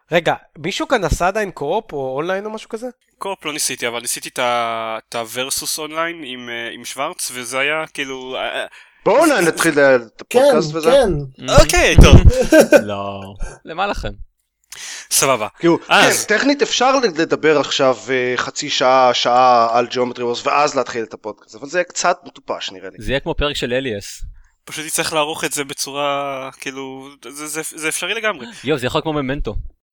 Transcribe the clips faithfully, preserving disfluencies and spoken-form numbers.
רגע, מישהו כאן עשה עדיין קו-אופ או אונליין או משהו כזה? קו-אופ לא ניסיתי, אבל ניסיתי את הוורסוס אונליין עם שוורץ, וזה היה כאילו... בואו נתחיל את הפודקאסט וזה. כן, כן. אוקיי, טוב. לא, למה לכם? סבבה. כאילו, כן, טכנית אפשר לדבר עכשיו חצי שעה, שעה על Geometry Wars, ואז להתחיל את הפודקאסט, אבל זה קצת מטופש נראה לי. זה יהיה כמו פרק של אליאס. פשוט יצטרך לערוך את זה בצורה, כאילו, זה, זה, זה אפשרי לגמרי. יו, זה יכול כמו ממנטו.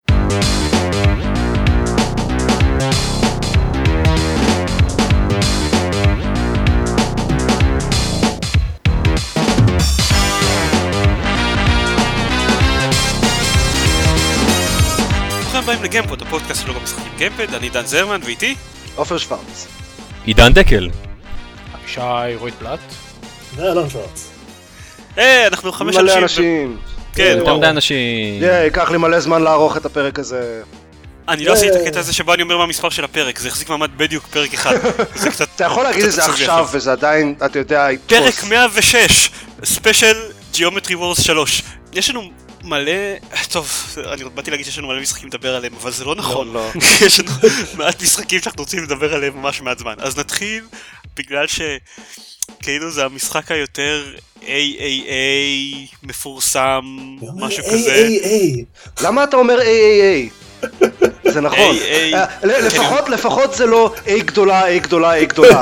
ברוכים הבאים לגיימפוד, הפודקאסט שלו במשחקים גיימפד, אני דן זרמן ואיתי עופר שוורץ. עידן דקל. שי רויט פלט. ואלון שוורץ. היי, אנחנו חמש מלא אנשים. אנשים. כן, יותר מדי אנשים. יאי, ייקח לי מלא זמן לערוך את הפרק הזה. אני לא עשיתי את הקטע הזה שבו אני אומר מה המספר של הפרק, זה החזיק מעמד בדיוק פרק אחד. אתה יכול להגיד את זה עכשיו, וזה עדיין, אתה יודע, פרק מאה ושש, ספיישל Geometry Wars שלוש. יש לנו מלא, טוב, אני באתי להגיד שיש לנו מלא משחקים לדבר עליהם, אבל זה לא נכון. יש לנו מעט משחקים שאנחנו רוצים לדבר עליהם ממש מעט זמן. אז נתחיל, בגלל שכאילו זה המשחק היותר איי איי איי מפורסם, משהו כזה. למה אתה אומר איי איי איי? זה נכון. לפחות, לפחות זה לא איי גדולה, איי גדולה, איי גדולה.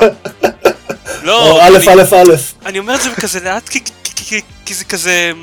או א' א' א'. אני אומר את זה כזה לאט, כי זה כזה...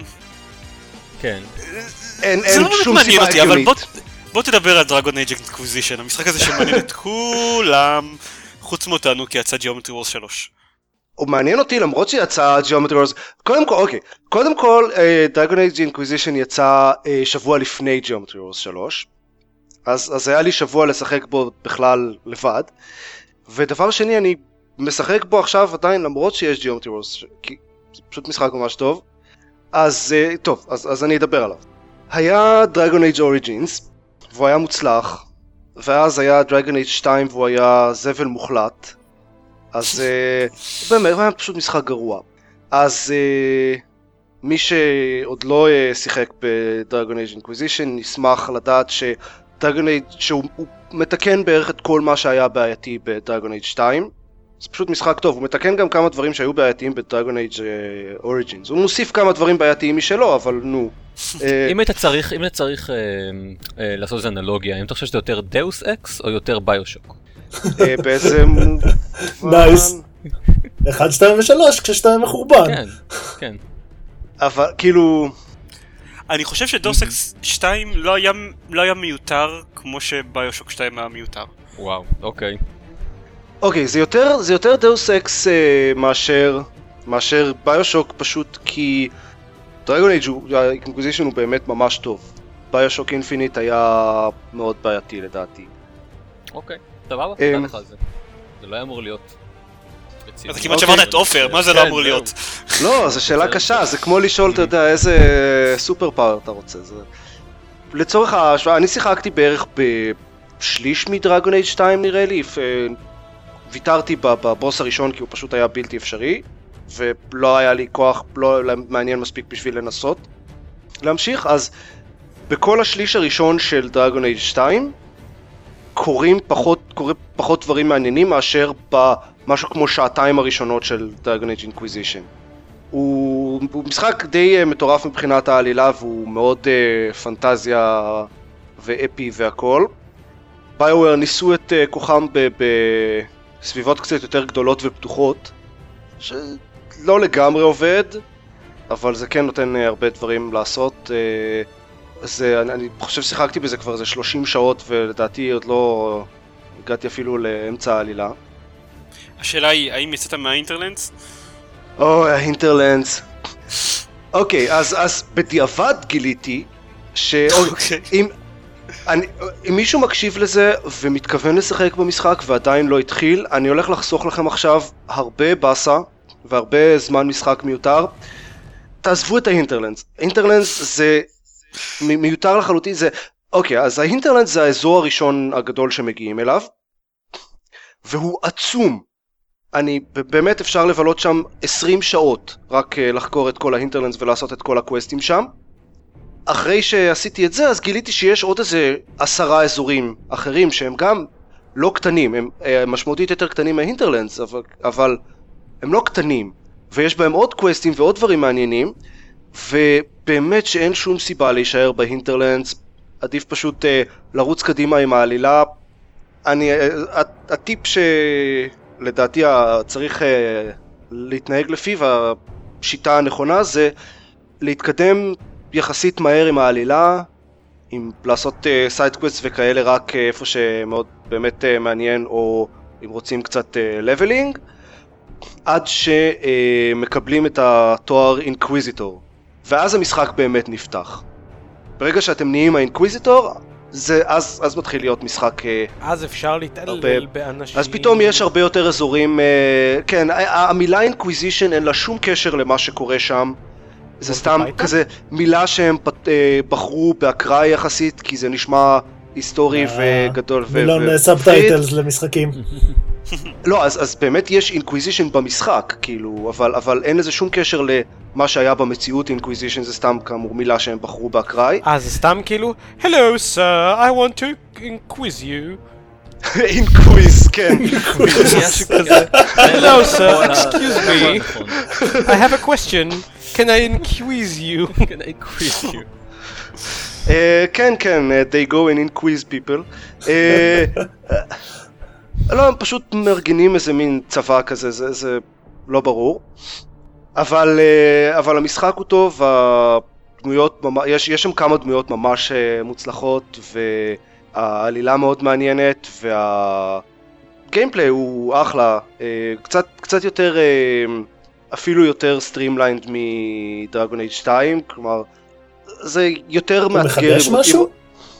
כן. אין שום סיבה הגיונית. בוא תדבר על דרגון אייג' אינקוויזישן, המשחק הזה שמעניין את כולם, חוץ מאותנו כי יצא Geometry Wars שלוש. הוא מעניין אותי למרות שיצא Geometry Wars, קודם כל, אוקיי, קודם כל, Dragon Age Inquisition יצא שבוע לפני Geometry Wars שלוש, אז, אז היה לי שבוע לשחק בו בכלל לבד, ודבר שני, אני משחק בו עכשיו עדיין למרות שיש Geometry Wars, כי זה פשוט משחק ממש טוב, אז טוב, אז, אז אני אדבר עליו. היה Dragon Age Origins, והוא היה מוצלח, ואז היה Dragon Age שתיים והוא היה זבל מוחלט, אז באמת, הוא היה פשוט משחק גרוע. אז מי שעוד לא שיחק ב-Dragon Age Inquisition, נשמח לדעת ש-Dragon Age, שהוא מתקן בערך את כל מה שהיה בעייתי ב-Dragon Age שתיים. זה פשוט משחק טוב, הוא מתקן גם כמה דברים שהיו בעייתיים ב-Dragon Age Origins. הוא מוסיף כמה דברים בעייתיים משלו, אבל נו. אם אתה צריך, אם אתה צריך לעשות איזו אנלוגיה, אם אתה חושב שזה יותר דאוס אקס או יותר ביושוק? באיזה נייס. אחד, שתיים ושלוש, כששתיים מחורבן. כן, כן. אבל כאילו... אני חושב שדאוס אקס שתיים לא היה, לא היה מיותר כמו שביושוק שתיים היה מיותר. וואו, אוקיי. אוקיי, זה יותר, זה יותר דאוס אקס מאשר, מאשר ביושוק, פשוט כי דרגון אייג' האינקוויזישן הוא באמת ממש טוב. ביושוק אינפיניט היה מאוד בעייתי לדעתי. אוקיי, סבבה, תודה לך על זה. זה לא היה אמור להיות. אתה כמעט שברת את אופר, מה זה לא אמור להיות? לא, זו שאלה קשה, זה כמו לשאול, אתה יודע, איזה סופר פאוור אתה רוצה. לצורך ההשוואה, אני שיחקתי בערך בשליש מדרגון אייג' שתיים נראה לי, ויתרתי בבוס הראשון כי הוא פשוט היה בלתי אפשרי, ולא היה לי כוח, לא מעניין מספיק בשביל לנסות להמשיך. אז בכל השליש הראשון של דרגון אייג' שתיים קורים פחות, קורים פחות דברים מעניינים מאשר במשהו כמו שעתיים הראשונות של דרגון אייג' אינקוויזישן. הוא, הוא משחק די מטורף מבחינת העלילה, והוא מאוד uh, פנטזיה ואפי והכל. ביואר ניסו את uh, כוחם ב... ב סביבות קצת יותר גדולות ופתוחות, שלא לגמרי עובד, אבל זה כן נותן הרבה דברים לעשות. זה, אני, אני חושב ששיחקתי בזה כבר איזה שלושים שעות, ולדעתי עוד לא הגעתי אפילו לאמצע העלילה. השאלה היא, האם יצאת מהאינטרלנדס? או, האינטרלנדס. אוקיי, אז, אז בדיעבד גיליתי, שאם... אני, אם מישהו מקשיב לזה ומתכוון לשחק במשחק ועדיין לא התחיל, אני הולך לחסוך לכם עכשיו הרבה בסה והרבה זמן משחק מיותר. תעזבו את ההינטרלנדס. ההינטרלנדס זה מיותר לחלוטין. זה אוקיי, אז ההינטרלנדס זה האזור הראשון הגדול שמגיעים אליו, והוא עצום. אני באמת אפשר לבלות שם עשרים שעות רק לחקור את כל ההינטרלנדס ולעשות את כל הקווסטים שם. אחרי שעשיתי את זה, אז גיליתי שיש עוד איזה עשרה אזורים אחרים שהם גם לא קטנים, הם משמעותית יותר קטנים מההינטרלנדס, אבל, אבל הם לא קטנים, ויש בהם עוד קווסטים ועוד דברים מעניינים, ובאמת שאין שום סיבה להישאר בהינטרלנדס, עדיף פשוט uh, לרוץ קדימה עם העלילה. אני, uh, הטיפ שלדעתי צריך uh, להתנהג לפיו, השיטה הנכונה זה להתקדם יחסית מהר עם העלילה, עם לעשות סייד uh, קווסט וכאלה רק uh, איפה שמאוד באמת uh, מעניין, או אם רוצים קצת לבלינג, uh, עד שמקבלים uh, את התואר אינקוויזיטור, ואז המשחק באמת נפתח. ברגע שאתם נהיים האינקוויזיטור, זה, אז, אז מתחיל להיות משחק... אז אפשר להתעלל באנשים... אז פתאום יש הרבה יותר אזורים... כן, המילה אינקוויזישן אין לה שום קשר למה שקורה שם. זה סתם כזה מילה שהם בחרו באקראי יחסית, כי זה נשמע היסטורי וגדול ו... מילון סאבטייטלס למשחקים. לא, אז, אז באמת יש אינקוויזישן במשחק, כאילו, אבל, אבל אין לזה שום קשר למה שהיה במציאות. אינקוויזישן זה סתם כאמור מילה שהם בחרו באקראי. אה, זה סתם כאילו, Hello sir, I want to inquiz you. אינקוויז, כן. Hello sir, excuse me. I have a question. Can I inquiz you? Can I inquiz you? כן, כן, they go and inquiz people. לא, הם פשוט מארגנים איזה מין צבא כזה, זה, זה לא ברור. אבל, אבל המשחק הוא טוב, הדמויות, יש, יש שם כמה דמויות ממש מוצלחות, והעלילה מאוד מעניינת, והגיימפליי הוא אחלה, קצת, קצת יותר, אפילו יותר סטרימליינד מדרגון אייג' שתיים, כלומר, זה יותר מאתגר. הוא מחדש משהו?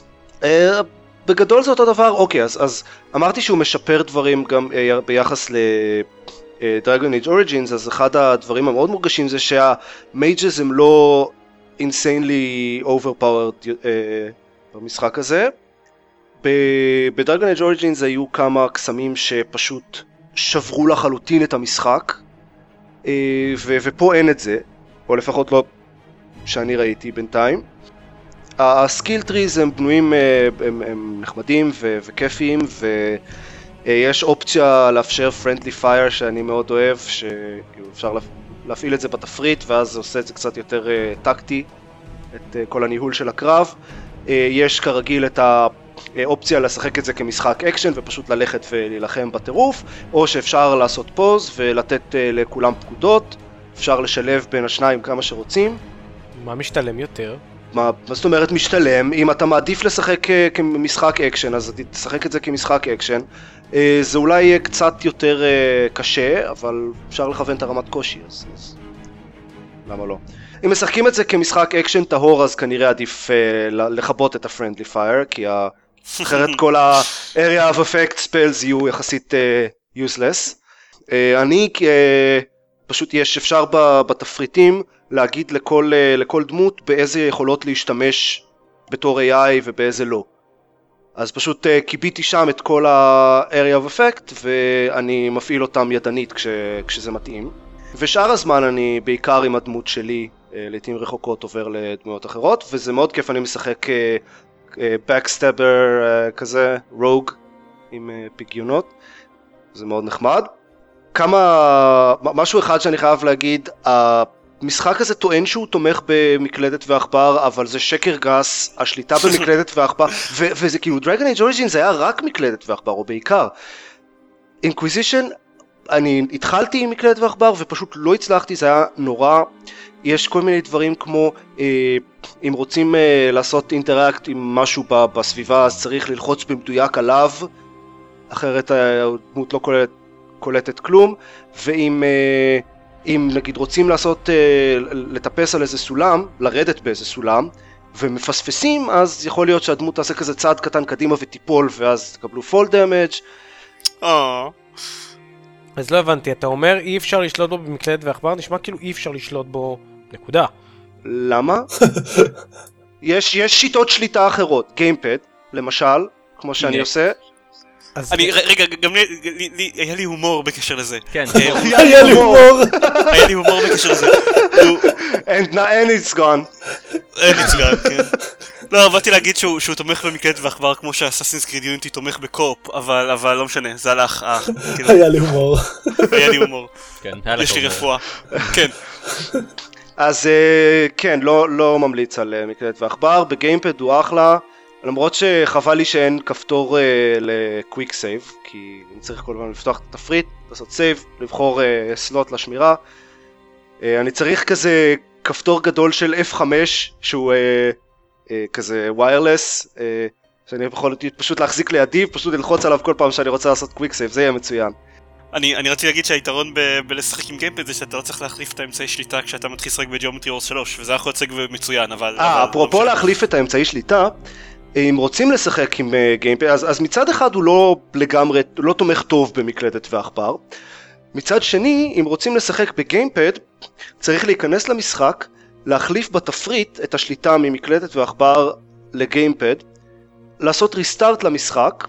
בגדול זה אותו דבר. אוקיי, אז, אז אמרתי שהוא משפר דברים גם אה, ביחס לדרגון אייג' אוריג'ינס, אז אחד הדברים המאוד מורגשים זה שהמייג'ס הם לא insanely overpowered אה, במשחק הזה. בדרגון אייג' אוריג'ינס היו כמה קסמים שפשוט שברו לחלוטין את המשחק, אה, ו- ופה אין את זה, או לפחות לא שאני ראיתי בינתיים. הסקיל טריז הם בנויים, הם, הם נחמדים ו- וכיפיים, ויש אופציה לאפשר פרנדלי פייר שאני מאוד אוהב, שאפשר להפעיל את זה בתפריט ואז זה עושה את זה קצת יותר טקטי, את כל הניהול של הקרב. יש כרגיל את האופציה לשחק את זה כמשחק אקשן ופשוט ללכת ולהילחם בטירוף, או שאפשר לעשות פוז ולתת לכולם פקודות, אפשר לשלב בין השניים כמה שרוצים. מה משתלם יותר? מה, מה זאת אומרת משתלם? אם אתה מעדיף לשחק כמשחק אקשן, אז תשחק את זה כמשחק אקשן. זה אולי יהיה קצת יותר קשה, אבל אפשר לכוון את הרמת קושי, אז, אז למה לא? אם משחקים את זה כמשחק אקשן טהור, אז כנראה עדיף לכבות את ה-friendly fire, כי אחרת כל ה-area of effect spells יהיו יחסית useless. אני פשוט יש אפשר בתפריטים להגיד לכל, לכל דמות באיזה יכולות להשתמש בתור איי איי ובאיזה לא. אז פשוט קיביתי שם את כל ה-area of effect ואני מפעיל אותם ידנית כש, כשזה מתאים. ושאר הזמן אני בעיקר עם הדמות שלי, לעתים רחוקות עובר לדמויות אחרות, וזה מאוד כיף. אני משחק backstabber כזה, רוג עם פגיונות, זה מאוד נחמד. כמה, משהו אחד שאני חייב להגיד, המשחק הזה טוען שהוא תומך במקלדת ועכבר, אבל זה שקר גס. השליטה במקלדת ועכבר, ו- וזה כאילו Dragon Age Origins זה היה רק מקלדת ועכבר, או בעיקר. Inquisition, אני התחלתי עם מקלדת ועכבר ופשוט לא הצלחתי, זה היה נורא. יש כל מיני דברים כמו, אה, אם רוצים אה, לעשות אינטראקט עם משהו ב- בסביבה, אז צריך ללחוץ במדויק עליו, אחרת הדמות לא קולטת, קולטת כלום. ואם אה, אם נגיד רוצים לעשות, אה, לטפס על איזה סולם, לרדת באיזה סולם, ומפספסים, אז יכול להיות שהדמות תעשה כזה צעד קטן קדימה ותיפול, ואז תקבלו fall damage. אה... אז לא הבנתי, אתה אומר אי אפשר לשלוט בו במקלדת ועכבר, נשמע כאילו אי אפשר לשלוט בו, נקודה. למה? יש, יש שיטות שליטה אחרות, גיימפד, למשל, כמו שאני יש. עושה. אני, רגע, גם לי, היה לי הומור בקשר לזה. כן. היה לי הומור. היה לי הומור בקשר לזה. And it's gone. אין נצגן, כן. לא, באתי להגיד שהוא תומך במקלט ועכבר כמו שהאסאסינס קריד יוניטי תומך בקופ, אבל לא משנה, זה הלך, אה. היה לי הומור. היה לי הומור. כן, היה לך יש לי הומור. רפואה. כן. אז כן, לא, לא ממליץ על מקלט ועכבר, בגיימפד הוא אחלה, למרות שחבל לי שאין כפתור uh, לקוויק סייב, כי אני צריך כל הזמן לפתוח את התפריט, לעשות סייב, לבחור uh, סלוט לשמירה. Uh, אני צריך כזה כפתור גדול של אף חמש, שהוא uh, uh, כזה ויירלס, uh, שאני יכול פשוט להחזיק לידי, פשוט ללחוץ עליו כל פעם שאני רוצה לעשות קוויק סייב, זה יהיה מצוין. אני, אני רציתי להגיד שהיתרון ב- בלשחק עם גיימפד זה שאתה לא צריך להחליף את האמצעי שליטה כשאתה מתחיל לשחק בג'יאומטרי וורס שלוש, וזה יכול להיות סגווי מצוין, אבל... אה, אפרופו להחליף את האמצעי שליטה, אם רוצים לשחק עם uh, גיימפד, אז, אז מצד אחד הוא לא לגמרי, הוא לא תומך טוב במקלדת ועכבר, מצד שני, אם רוצים לשחק בגיימפד, צריך להיכנס למשחק, להחליף בתפריט את השליטה ממקלדת ועכבר לגיימפד, לעשות ריסטארט למשחק,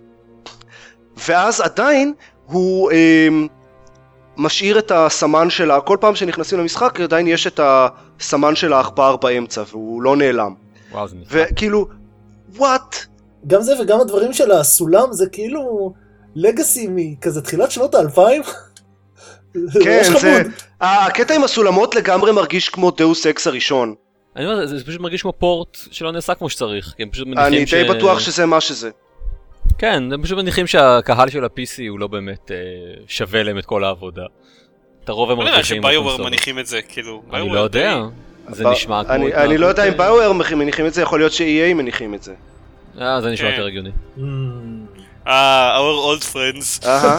ואז עדיין הוא אה, משאיר את הסמן שלה, כל פעם שנכנסים למשחק עדיין יש את הסמן של העכבר באמצע, והוא לא נעלם. וואו, זה נפלא. וכאילו, וואט? גם זה וגם הדברים של הסולם זה כאילו לגאסי מכזה תחילת שנות האלפיים. כן, זה... הקטע עם הסולמות לגמרי מרגיש כמו דאוס אקס הראשון. אני אומר, זה פשוט מרגיש כמו פורט שלא נעשה כמו שצריך, כי הם פשוט מניחים אני ש... די בטוח שזה מה שזה. כן, הם פשוט מניחים שהקהל של ה-פי סי הוא לא באמת אה, שווה להם את כל העבודה. את הרוב הם לא יודע מרגישים... שביואר מניחים את זה, כאילו... אני לא יודע, זה נשמע כמו... אני, אני לא יודע אם ביואר מניחים את זה, יכול להיות ש-אי איי מניחים את זה. אה, זה נשמע יותר הגיוני. אה, our old friends. אהה.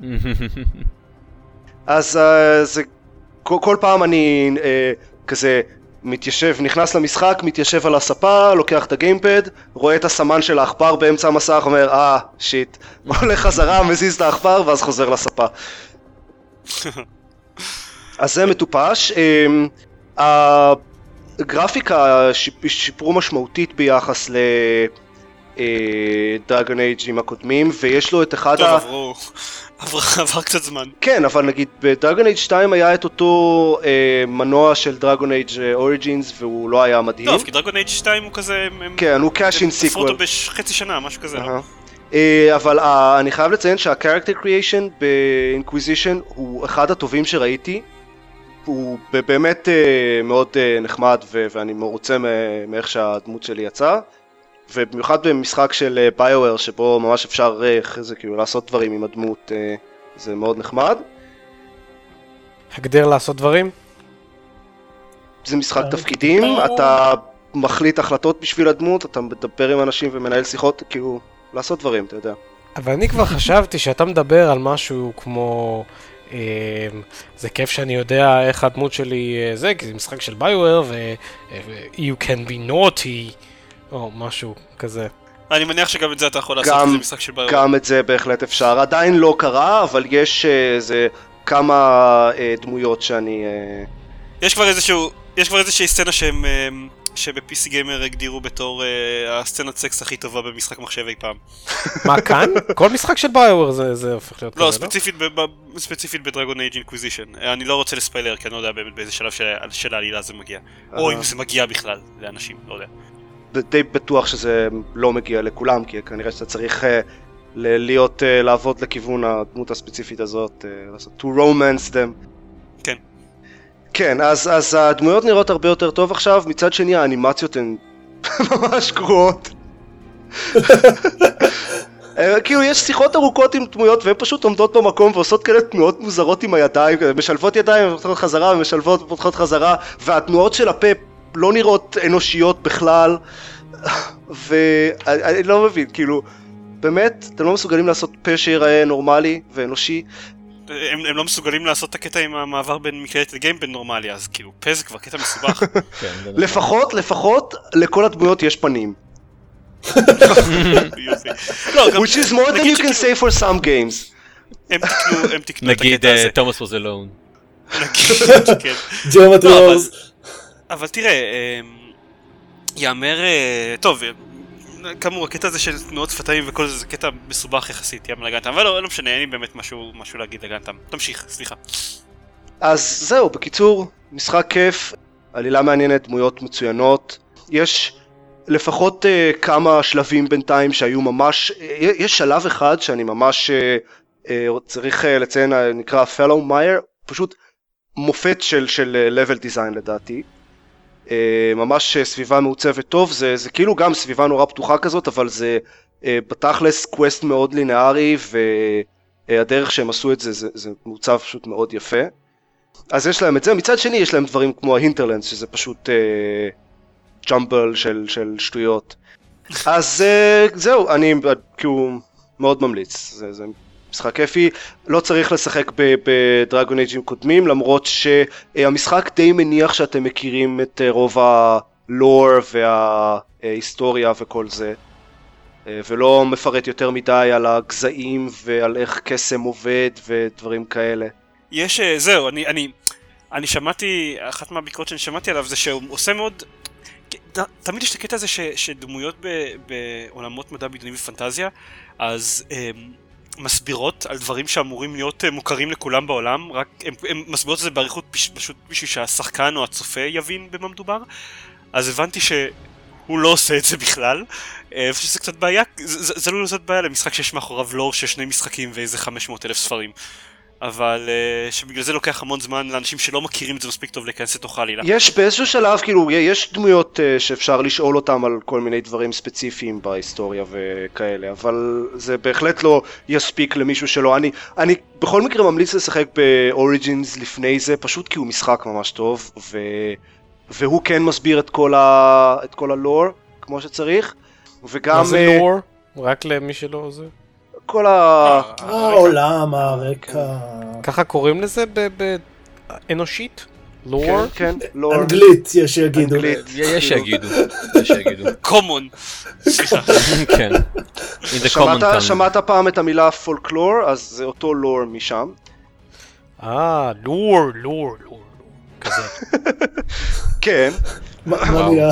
אז זה... כל פעם אני כזה... מתיישב, נכנס למשחק, מתיישב על הספה, לוקח את הגיימפד, רואה את הסמן של העכבר באמצע המסך, אומר, אה, שיט, הולך חזרה, מזיז את העכבר, ואז חוזר לספה. אז זה מטופש. הגרפיקה שיפרו משמעותית ביחס לדרגון אייג'ים הקודמים, ויש לו את אחד טוב, ה... עברו, עבר קצת זמן. כן, אבל נגיד בדרגון אייג' שתיים היה את אותו אה, מנוע של דרגון אייג' אוריג'ינס והוא לא היה מדהים. טוב, כי דרגון אייג' שתיים הוא כזה... כן, הוא קאש אין סיקוול. תפרו אותו בחצי שנה, משהו כזה. אה, אבל אה, אני חייב לציין שהקרקטר קריאיישן באינקוויזישן הוא אחד הטובים שראיתי. הוא באמת אה, מאוד אה, נחמד ו- ואני מרוצה מאיך שהדמות שלי יצאה. ובמיוחד במשחק של ביואר שבו ממש אפשר אחרי זה כאילו לעשות דברים עם הדמות, זה מאוד נחמד. הגדר לעשות דברים? זה משחק תפקידים, אתה מחליט החלטות בשביל הדמות, אתה מדבר עם אנשים ומנהל שיחות, כאילו לעשות דברים, אתה יודע. אבל אני כבר חשבתי שאתה מדבר על משהו כמו... זה כיף שאני יודע איך הדמות שלי זה, כי זה משחק של ביואר ו... You can be naughty או משהו כזה. אני מניח שגם את זה אתה יכול לעשות, זה משחק של ביואר. גם את זה בהחלט אפשר, עדיין לא קרה, אבל יש איזה כמה דמויות שאני... יש כבר איזשהו, יש כבר איזושהי סצנה שהם, שב-פי סי גיימר הגדירו בתור הסצנת סקס הכי טובה במשחק מחשב אי פעם. מה כאן? כל משחק של ביואר זה הופך להיות כזה, לא? לא, ספציפית בדרגון אייג' אינקוויזישן. אני לא רוצה לספיילר, כי אני לא יודע באמת באיזה שלב של העלילה זה מגיע. או אם זה מגיע בכלל לאנשים, לא יודע. די בטוח שזה לא מגיע לכולם, כי כנראה שאתה צריך להיות, לעבוד לכיוון הדמות הספציפית הזאת, לעשות to romance them. כן. כן, אז, אז הדמויות נראות הרבה יותר טוב עכשיו, מצד שני האנימציות הן ממש גרועות. כאילו יש שיחות ארוכות עם דמויות והן פשוט עומדות במקום ועושות כאלה תנועות מוזרות עם הידיים, משלבות ידיים ופותחות חזרה ומשלבות ופותחות חזרה, והתנועות של הפה לא נראות אנושיות בכלל, ואני לא מבין, כאילו, באמת, אתם לא מסוגלים לעשות פה שיראה נורמלי ואנושי? הם, הם לא מסוגלים לעשות את הקטע עם המעבר בין מקלדת לגיימפד נורמלי, אז כאילו, פה זה כבר קטע מסובך. לפחות, לפחות, לכל הדמויות יש פנים. Which is more than you can say for some games. הם תקנו, הם תקנו את נגיד הקטע הזה. תומאס was alone. נגיד, כן. Geometry Wars. אבל תראה, יאמר, טוב, כאמור, הקטע הזה של תנועות שפתיים וכל זה, זה קטע מסובך יחסית, ים לגנטם, אבל לא, לא משנה, אין לי באמת משהו, משהו להגיד לגנטם. תמשיך, סליחה. אז זהו, בקיצור, משחק כיף, עלילה מעניינת, דמויות מצוינות. יש לפחות uh, כמה שלבים בינתיים שהיו ממש, uh, יש שלב אחד שאני ממש uh, uh, צריך uh, לציין, uh, נקרא Fellow Meyer, פשוט מופת של, של uh, level design לדעתי. Uh, ממש uh, סביבה מעוצבת טוב, זה, זה כאילו גם סביבה נורא פתוחה כזאת, אבל זה uh, בתכלס קווסט מאוד לינארי, והדרך uh, שהם עשו את זה, זה, זה מעוצב פשוט מאוד יפה. אז יש להם את זה, מצד שני יש להם דברים כמו ההינטרלנדס, שזה פשוט אה, ג'אמבל של, של שטויות. אז אה, זהו, אני כאילו מאוד ממליץ, זה, זה משחק כיפי, לא צריך לשחק בדרגון אייג'ים קודמים, למרות שהמשחק די מניח שאתם מכירים את רוב הלור וההיסטוריה וכל זה, ולא מפרט יותר מדי על הגזעים ועל איך קסם עובד ודברים כאלה. יש, זהו, אני, אני, אני שמעתי, אחת מהביקורות שאני שמעתי עליו זה שהוא עושה מאוד, תמיד יש את הקטע הזה ש, שדמויות ב, בעולמות מדע בדיוני ופנטזיה, אז הם, מסבירות על דברים שאמורים להיות מוכרים לכולם בעולם, רק הם, הם מסבירות את זה בעריכות פשוט בשביל שהשחקן או הצופה יבין במה מדובר, אז הבנתי שהוא לא עושה את זה בכלל, ושזה קצת בעיה, זה, זה לא זאת בעיה למשחק שיש מאחוריו לור של שני משחקים ואיזה חמש מאות אלף ספרים. אבל uh, שבגלל זה לוקח המון זמן לאנשים שלא מכירים את זה מספיק טוב להיכנס לתוך העלילה. יש באיזשהו שלב, כאילו, יש דמויות uh, שאפשר לשאול אותם על כל מיני דברים ספציפיים בהיסטוריה וכאלה, אבל זה בהחלט לא יספיק למישהו שלא. אני, אני בכל מקרה ממליץ לשחק באוריג'ינס לפני זה, פשוט כי הוא משחק ממש טוב, ו... והוא כן מסביר את כל, ה... את כל הלור כמו שצריך, וגם... מה זה לור? רק למי שלא זה? כל ה... העולם, הרקע... ככה קוראים לזה באנושית? לור? כן, כן, לור. אנגלית יש שיגידו. יש שיגידו. יש שיגידו. קומון. סליחה. כן. שמעת פעם את המילה פולקלור, אז זה אותו לור משם. אה, לור, לור, לור. כזה. כן. מה נהיה?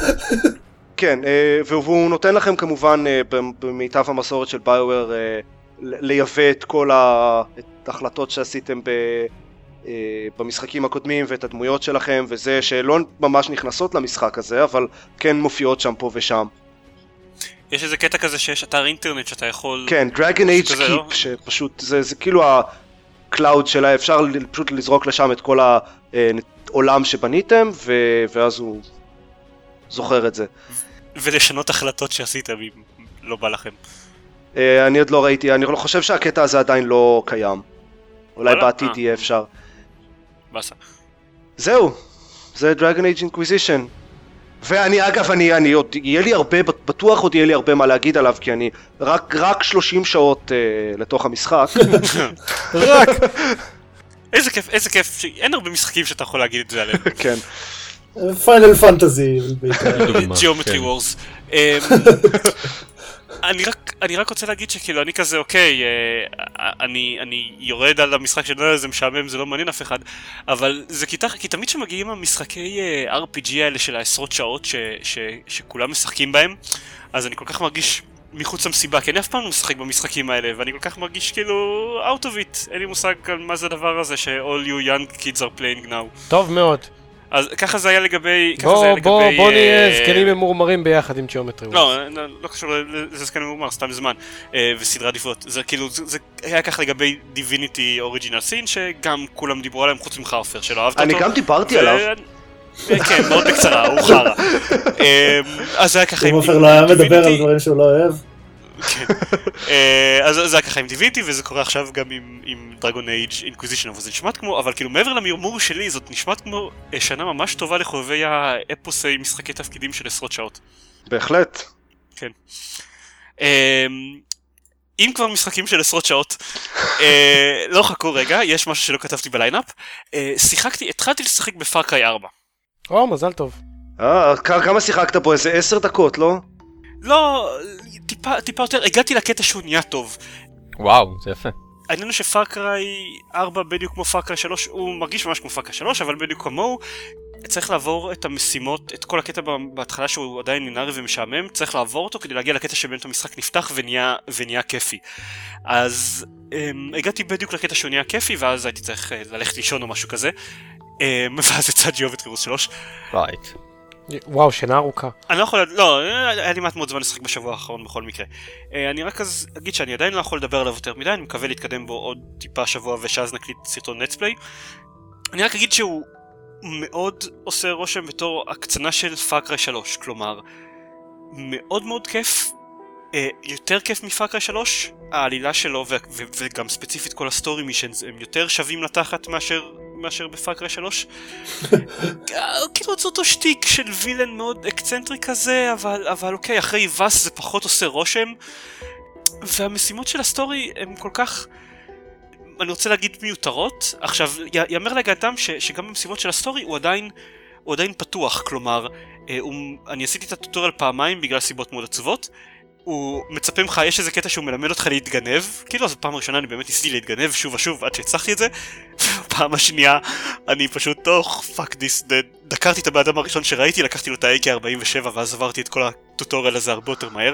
כן, והוא נותן לכם כמובן במיטב המסורת של ביואר לייבא את כל ההחלטות שעשיתם במשחקים הקודמים ואת הדמויות שלכם וזה שלא ממש נכנסות למשחק הזה, אבל כן מופיעות שם פה ושם. יש איזה קטע כזה שיש אתר אינטרנט שאתה יכול... כן, Dragon Age Keep, שפשוט זה, זה כאילו הקלאוד שלה, אפשר פשוט לזרוק לשם את כל העולם שבניתם ואז הוא זוכר את זה. ולשנות החלטות שעשיתם אם לא בא לכם. אני עוד לא ראיתי, אני חושב שהקטע הזה עדיין לא קיים. אולי בעתיד יהיה אפשר. בסדר. זהו, זה Dragon Age Inquisition. ואני אגב, אני, אני עוד, יהיה לי הרבה, בטוח עוד יהיה לי הרבה מה להגיד עליו, כי אני רק, רק שלושים שעות uh, לתוך המשחק. רק! איזה כיף, איזה כיף, אין הרבה משחקים שאתה יכול להגיד את זה עליהם. כן. פיינל פנטזי. Geometry Wars. אני רק, אני רק רוצה להגיד שכאילו אני כזה אוקיי, אני, אני יורד על המשחק של זה משעמם, זה לא מעניין אף אחד, אבל זה כי, כי תמיד שמגיעים המשחקי אר פי ג'י האלה של העשרות שעות ש, ש, שכולם משחקים בהם, אז אני כל כך מרגיש מחוץ למסיבה, כי אני אף פעם לא משחק במשחקים האלה, ואני כל כך מרגיש כאילו out of it, אין לי מושג על מה זה הדבר הזה ש all you young kids are playing now. טוב מאוד. אז ככה זה היה לגבי... בוא, בוא, בוא נהיה זקנים ממורמרים ביחד עם Geometry Wars. לא, לא קשור לזה זקנים ממורמר, סתם זמן. וסדרה עדיפות. זה כאילו, זה היה ככה לגבי Divinity Original Sin, שגם כולם דיברו עליהם חוץ מחרפר, שלא אהבת אותו. אני גם דיברתי עליו. כן, מאוד בקצרה, הוא חרה. אז זה היה ככה עם... הוא עופר לא היה מדבר על דברים שהוא לא אוהב. כן. אז זה היה ככה עם דיוויניטי, וזה קורה עכשיו גם עם דרגון אייג' אינקוויזישן, אבל זה נשמעת כמו, אבל כאילו מעבר למרמור שלי, זאת נשמעת כמו שנה ממש טובה לחובבי האפוסי משחקי תפקידים של עשרות שעות. בהחלט. כן. אם כבר משחקים של עשרות שעות, לא חכו רגע, יש משהו שלא כתבתי בליינאפ, שיחקתי, התחלתי לשחק בפארקריי ארבע. או, מזל טוב. אה, כמה שיחקת פה? איזה עשר דקות, לא? לא, טיפה, טיפה יותר, הגעתי לקטע שהוא נהיה טוב. וואו, זה יפה. העניין הוא שפארקריי ארבע בדיוק כמו פארקריי שלוש, הוא מרגיש ממש כמו פארקריי שלוש, אבל בדיוק כמוהו, צריך לעבור את המשימות, את כל הקטע בהתחלה שהוא עדיין לינארי ומשעמם, צריך לעבור אותו כדי להגיע לקטע שבאמת המשחק נפתח ונהיה, ונהיה כיפי. אז um, הגעתי בדיוק לקטע שהוא נהיה כיפי, ואז הייתי צריך uh, ללכת לישון או משהו כזה, um, ואז יצא Geometry Wars שלוש. רייט. וואו, שינה ארוכה. אני לא יכול, לא, היה לי מעט מאוד זמן לשחק בשבוע האחרון בכל מקרה. אני רק אז אגיד שאני עדיין לא יכול לדבר עליו יותר מדי, אני מקווה להתקדם בו עוד טיפה שבוע ושאז נקליט סרטון נטספליי. אני רק אגיד שהוא מאוד עושה רושם בתור הקצנה של פאקריי שלוש, כלומר, מאוד מאוד כיף, יותר כיף מפאקריי שלוש, העלילה שלו וגם ספציפית כל הסטורי מישנס הם יותר שווים לתחת מאשר... מאשר בפאקריי שלוש. כאילו זה אותו שטיק של וילן מאוד אקצנטרי כזה, אבל, אבל אוקיי, אחרי ווס זה פחות עושה רושם, והמשימות של הסטורי הם כל כך, אני רוצה להגיד מיותרות. עכשיו, י- יאמר לגעתם ש- שגם במשימות של הסטורי הוא עדיין, הוא עדיין פתוח, כלומר, הוא, אני עשיתי את הטוטוריאל פעמיים בגלל סיבות מאוד עצובות, הוא מצפה ממך, יש איזה קטע שהוא מלמד אותך להתגנב, כאילו אז בפעם הראשונה אני באמת ניסיתי להתגנב שוב ושוב עד שהצלחתי את זה, ובפעם השנייה אני פשוט תוך פאק דיס, דקרתי את הבאדם הראשון שראיתי, לקחתי לו את ה-איי קיי ארבעים ושבע ואז עברתי את כל הטוטוריאל הזה הרבה יותר מהר.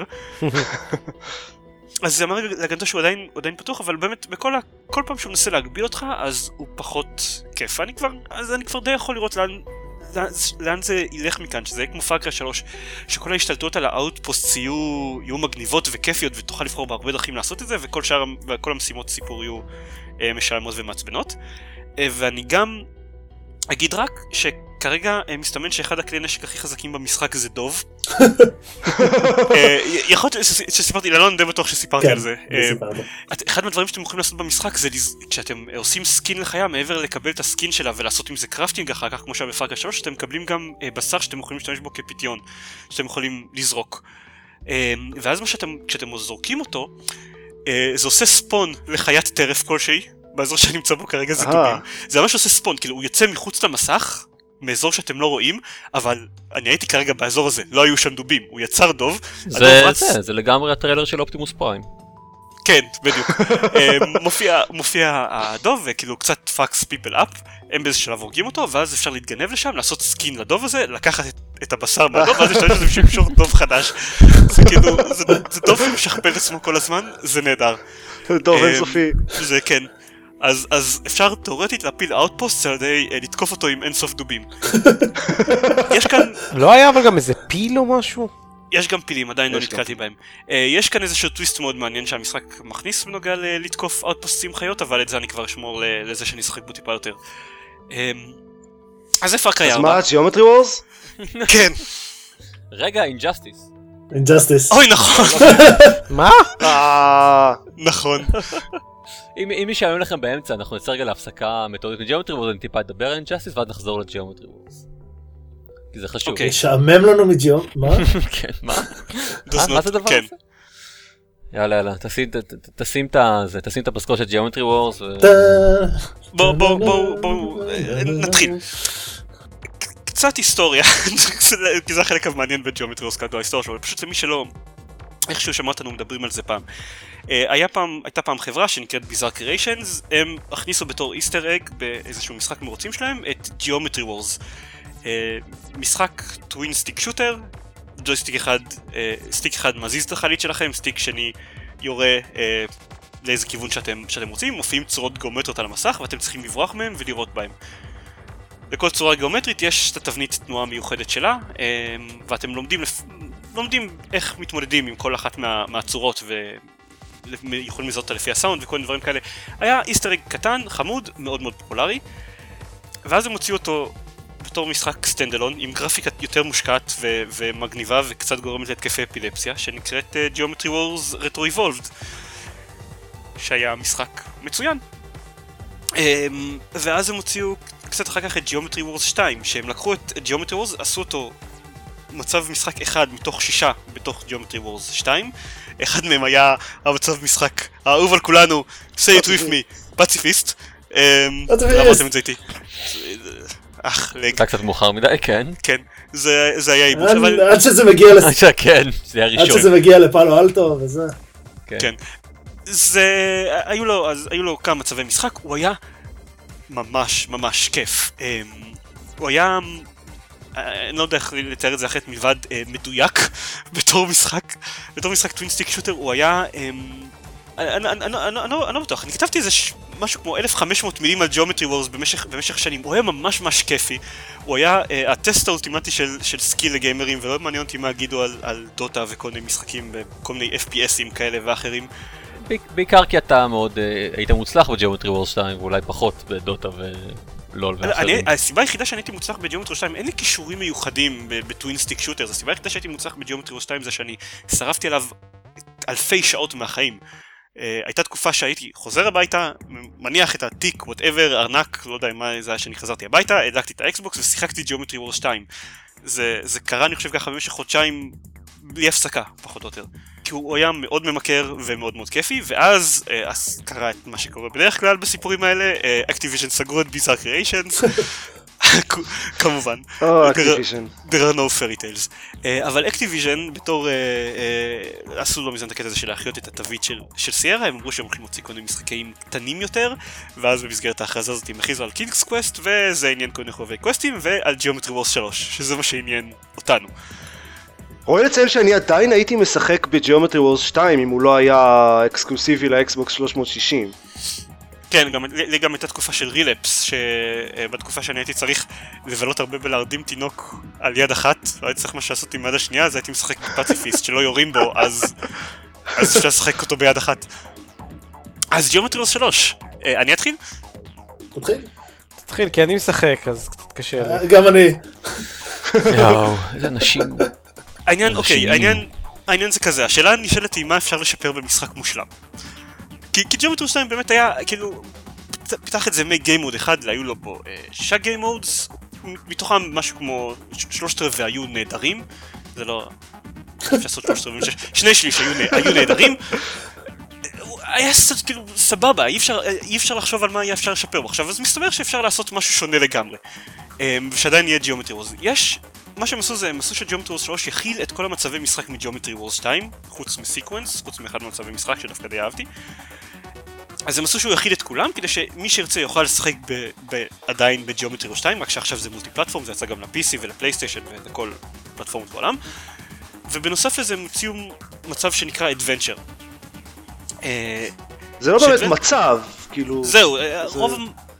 אז זה אמר לגנתו שהוא עדיין, עדיין פתוח, אבל באמת בכל ה... כל פעם שהוא מנסה להגביל אותך אז הוא פחות כיף. אני כבר, אז אני כבר די יכול לראות לאן לאן זה ילך מכאן, שזה יהיה כמו פאקריי שלוש, שכל ההשתלטות על האוטפוסט יהיו, יהיו מגניבות וכיפיות ותוכל לבחור בהרבה דרכים לעשות את זה, וכל שאר, וכל המשימות סיפור יהיו אה, משלמות ומעצבנות. אה, ואני גם אגיד רק שכרגע אה, מסתמן שאחד הכלי נשק הכי חזקים במשחק זה דוב. אה, יכול להיות שסיפרתי, לא, אני די בטוח שסיפרתי על זה. אה, אחד מהדברים שאתם יכולים לעשות במשחק זה כשאתם עושים סקין לחיה, מעבר לקבל את הסקין שלה ולעשות עם זה קרפטינג אחר כך כמו שהיה בפאקריי שלוש, אתם מקבלים גם אה, בשר שאתם יכולים להשתמש בו כפיתיון, שאתם יכולים לזרוק. אה, ואז מה שאתם, כשאתם זורקים אותו, אה, זה עושה ספון לחיית טרף כלשהי, באזור שאני נמצא בו כרגע זה דובים. זה ממש עושה ספון, כאילו הוא יוצא מחוץ למסך, מאזור שאתם לא רואים, אבל אני הייתי כרגע באזור הזה, לא היו שם דובים, הוא יצר דוב. זה, רץ... זה, זה לגמרי הטריילר של אופטימוס פריים. כן, בדיוק. מופיע, מופיע הדוב וכאילו קצת פאקס פיפל אפ, הם באיזה שלב הורגים אותו, ואז אפשר להתגנב לשם, לעשות סקין לדוב הזה, לקחת את, את הבשר מהדוב, ואז יש לזה בשביל למשוך דוב חדש. זה כאילו, זה, זה דוב שמשכפל את עצמו כל הזמן, זה נהדר. דוב אינסופי. זה כן. אז, אז אפשר תאורטית להפיל אאוטפוסט על ידי לתקוף אותו עם אינסוף דובים. יש כאן... לא היה אבל גם איזה פיל או משהו? יש גם פילים, עדיין לא נתקלתי בהם. יש כאן איזשהו טוויסט מאוד מעניין שהמשחק מכניס בנוגע לתקוף אאוטפוסטים חיות, אבל את זה אני כבר אשמור לזה שאני אשחק בו טיפה יותר. אז איפה הקריאה? אז מה, Geometry Wars? כן. רגע, Injustice. Injustice. אוי, נכון. מה? נכון. אם, אם ישאלו לכם באמצע, אנחנו נצא רגע להפסקה מתודית מ-Geometry Wars, אני טיפה אדבר על Injustice ואז נחזור ל-Geometry Wars. כי זה חשוב. משעמם לנו מג'יום, מה? כן, מה? מה זה דבר הזה? יאללה, יאללה, תשים את הפסקול של Geometry Wars. בואו, בואו, בואו, בואו, נתחיל. קצת היסטוריה, כי זה החלק המעניין ב-Geometry Wars, כדו ההיסטוריה שלו, פשוט למי שלא, איכשהו שמעתנו מדברים על זה פעם. היה פעם, הייתה פעם חברה שנקראת Bizarre Creations, הם הכניסו בתור איסטר אג באיזשהו משחק מרוצים שלהם את Geometry Wars. משחק טווין סטיק שוטר, ג'ויסטיק אחד, סטיק אחד מזיז את החללית שלכם, סטיק שני יורה לאיזה כיוון שאתם, שאתם רוצים, מופיעים צורות גיאומטריות על המסך ואתם צריכים לברוח מהם ולירות בהם. לכל צורה גיאומטרית יש את התבנית תנועה מיוחדת שלה, ואתם לומדים, לומדים איך מתמודדים עם כל אחת מה, מהצורות ויכולים לזהות אותה לפי הסאונד וכל מיני דברים כאלה. היה איסטר אג קטן, חמוד, מאוד מאוד פופולרי, ואז הם הוציאו אותו בתור משחק סטנדלון עם גרפיקה יותר מושקעת ו- ומגניבה וקצת גורמת להתקפי אפילפסיה שנקראת uh, Geometry Wars Retro Evolved, שהיה משחק מצוין. Um, ואז הם הוציאו קצת אחר כך את Geometry Wars שתיים, שהם לקחו את Geometry Wars, עשו אותו מצב משחק אחד מתוך שישה בתוך Geometry Wars שתיים. אחד מהם היה המצב משחק האהוב על כולנו, Say it with me, פציפיסט. לעבודתם את זה איתי. אך, לג. אתה קצת מאוחר מדי, כן. כן, זה, זה היה איבוש, אבל... עד שזה מגיע לס... כן, זה היה ראשון. עד שזה מגיע לפאלו אלטו וזה. כן. כן. זה... היו לו, אז, היו לו כמה מצבי משחק, הוא היה ממש ממש כיף. הוא היה, אני לא יודע איך לתאר את זה אחרת מלבד מדויק בתור משחק, בתור משחק טווינסטיק שוטר, הוא היה, אני לא בטוח, אני כתבתי איזה משהו כמו אלף וחמש מאות מילים על Geometry Wars במשך שנים, הוא היה ממש ממש כיפי, הוא היה הטסט האולטימטי של סקיל לגיימרים, ולא מעניין אותי מה הגידו על דוטה וכל מיני משחקים, וכל מיני אף פי אסים כאלה ואחרים. בעיקר כי אתה מאוד היית מוצלח ב-Geometry Wars שתיים, ואולי פחות בדוטה ולול ואחרים. הסיבה היחידה שאני הייתי מוצלח ב-Geometry Wars שתיים, אין לי כישורים מיוחדים בטווינסטיק שוטרס, הסיבה היחידה שהייתי מוצלח ב-Geometry Wars שתיים זה שאני שרפתי עליו אלפי שעות מהחיים. הייתה תקופה שהייתי חוזר הביתה, מניח את התיק, whatever, ארנק, לא יודע מה זה היה שאני חזרתי הביתה, הדלקתי את האקסבוקס ושיחקתי Geometry Wars שתיים. זה, זה קרה אני חושב ככה במשך חודשיים בלי הפסקה, פחות או יותר. כי הוא היה מאוד ממכר ומאוד מאוד כיפי, ואז אז קרה את מה שקורה בדרך כלל בסיפורים האלה, Activision סגרו את Bizarre Creations, כמובן. Oh, Activision. There are no fairy tales. אבל Activision, בתור, עשו לא מזמן את הקטע הזה של להחיות את התווית של סיירה, הם אמרו שהם הולכים להוציא כל מיני משחקים קטנים יותר, ואז במסגרת ההכרזה הזאת הם הכריזו על King's Quest, וזה עניין כל מיני חובבי קווסטים, ועל Geometry Wars שלוש, שזה מה שעניין אותנו. רואה לציין שאני עדיין הייתי משחק ב-Geometry Wars שתיים, אם הוא לא היה אקסקלוסיבי לאקסבוקס שלוש מאות שישים. כן, גם, לי גם הייתה תקופה של רילפס, שבתקופה שאני הייתי צריך לבלות הרבה בלהרדים תינוק על יד אחת, לא הייתי צריך מה שעשות עם יד השנייה, אז הייתי משחק בפציפיסט שלא יורים בו, אז אז אפשר לשחק אותו ביד אחת. אז Geometry Wars שלוש, אני אתחיל? תתחיל. תתחיל, כי אני משחק, אז קצת קשה לי. גם אני. יאו, איזה אנשים. העניין, אוקיי, העניין, העניין זה כזה, השאלה נשאלת היא מה אפשר לשפר במשחק מושלם. כי, כי Geometry Wars שתיים באמת היה, כאילו, פיתח את זה מגיים מוד אחד, היו לו פה שישה גיים מודס, מתוכם משהו כמו שלושת רבעי היו נהדרים, זה לא, אפשר לעשות שלושת רבעים, שני שליש היו, היו נהדרים, היה כאילו סבבה, אי אפשר, אי אפשר לחשוב על מה יהיה אפשר לשפר בו עכשיו, אז מסתבר שאפשר לעשות משהו שונה לגמרי, ושעדיין יהיה Geometry Wars. יש, מה שהם עשו זה, הם עשו ש-Geometry Wars שלוש יכיל את כל המצבי משחק מ-Geometry Wars שתיים, חוץ מסיקוונס, חוץ מאחד מהמצבי משחק שדווקא די אהבתי. אז הם עשו שהוא יכיל את כולם, כדי שמי שירצה יוכל לשחק ב- ב- עדיין ב-Geometry Wars שתיים, רק שעכשיו זה מולטי פלטפורם, זה יצא גם ל-פי סי ול-פלייסטיישן ולכל פלטפורמות בעולם. ובנוסף לזה הם הוציאו מצב שנקרא Adventure. זה לא באמת מצב, כאילו... זהו, רוב...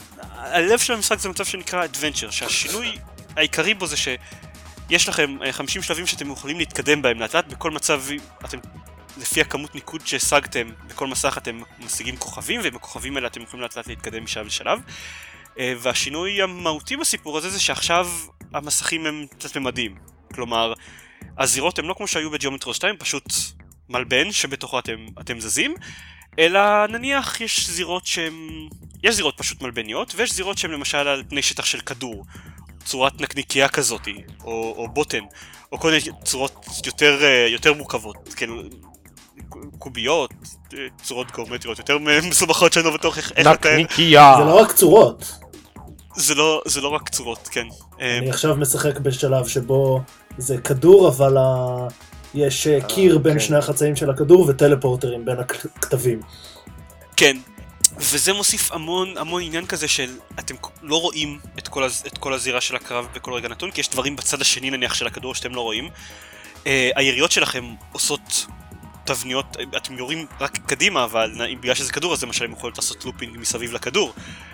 הלב של המשחק זה מצב שנקרא Adventure, שהשינוי העיקרי בו זה שיש לכם חמישים שלבים שאתם יכולים להתקדם בהם לאט לאט, בכל מצב אתם... לפי הכמות ניקוד שהשגתם בכל מסך אתם משיגים כוכבים, ובכוכבים האלה אתם יכולים לאט לאט להתקדם משלב לשלב. והשינוי המהותי בסיפור הזה זה שעכשיו המסכים הם קצת ממדים. כלומר, הזירות הן לא כמו שהיו ב-Geometry Wars שתיים, פשוט מלבן שבתוכו אתם, אתם זזים, אלא נניח יש זירות שהן... יש זירות פשוט מלבניות, ויש זירות שהן למשל על פני שטח של כדור, צורת נקניקייה כזאת, או, או בוטן, או כל מיני צורות יותר, יותר מורכבות, כן, קוביות, צורות גיאומטריות יותר מסובכות שאני לא בטוח איך לתאר. נקניקייה. זה לא רק צורות. זה לא, זה לא רק צורות, כן. אני עכשיו משחק בשלב שבו זה כדור, אבל יש קיר בין שני החצאים של הכדור וטלפורטרים בין הכתבים. כן. וזה מוסיף המון המון עניין כזה של אתם לא רואים את כל, הז... את כל הזירה של הקרב בכל רגע נתון, כי יש דברים בצד השני נניח של הכדור שאתם לא רואים. Uh, היריות שלכם עושות תבניות, אתם יורים רק קדימה, אבל בגלל שזה כדור אז למשל הם יכולים לעשות לופינג מסביב לכדור.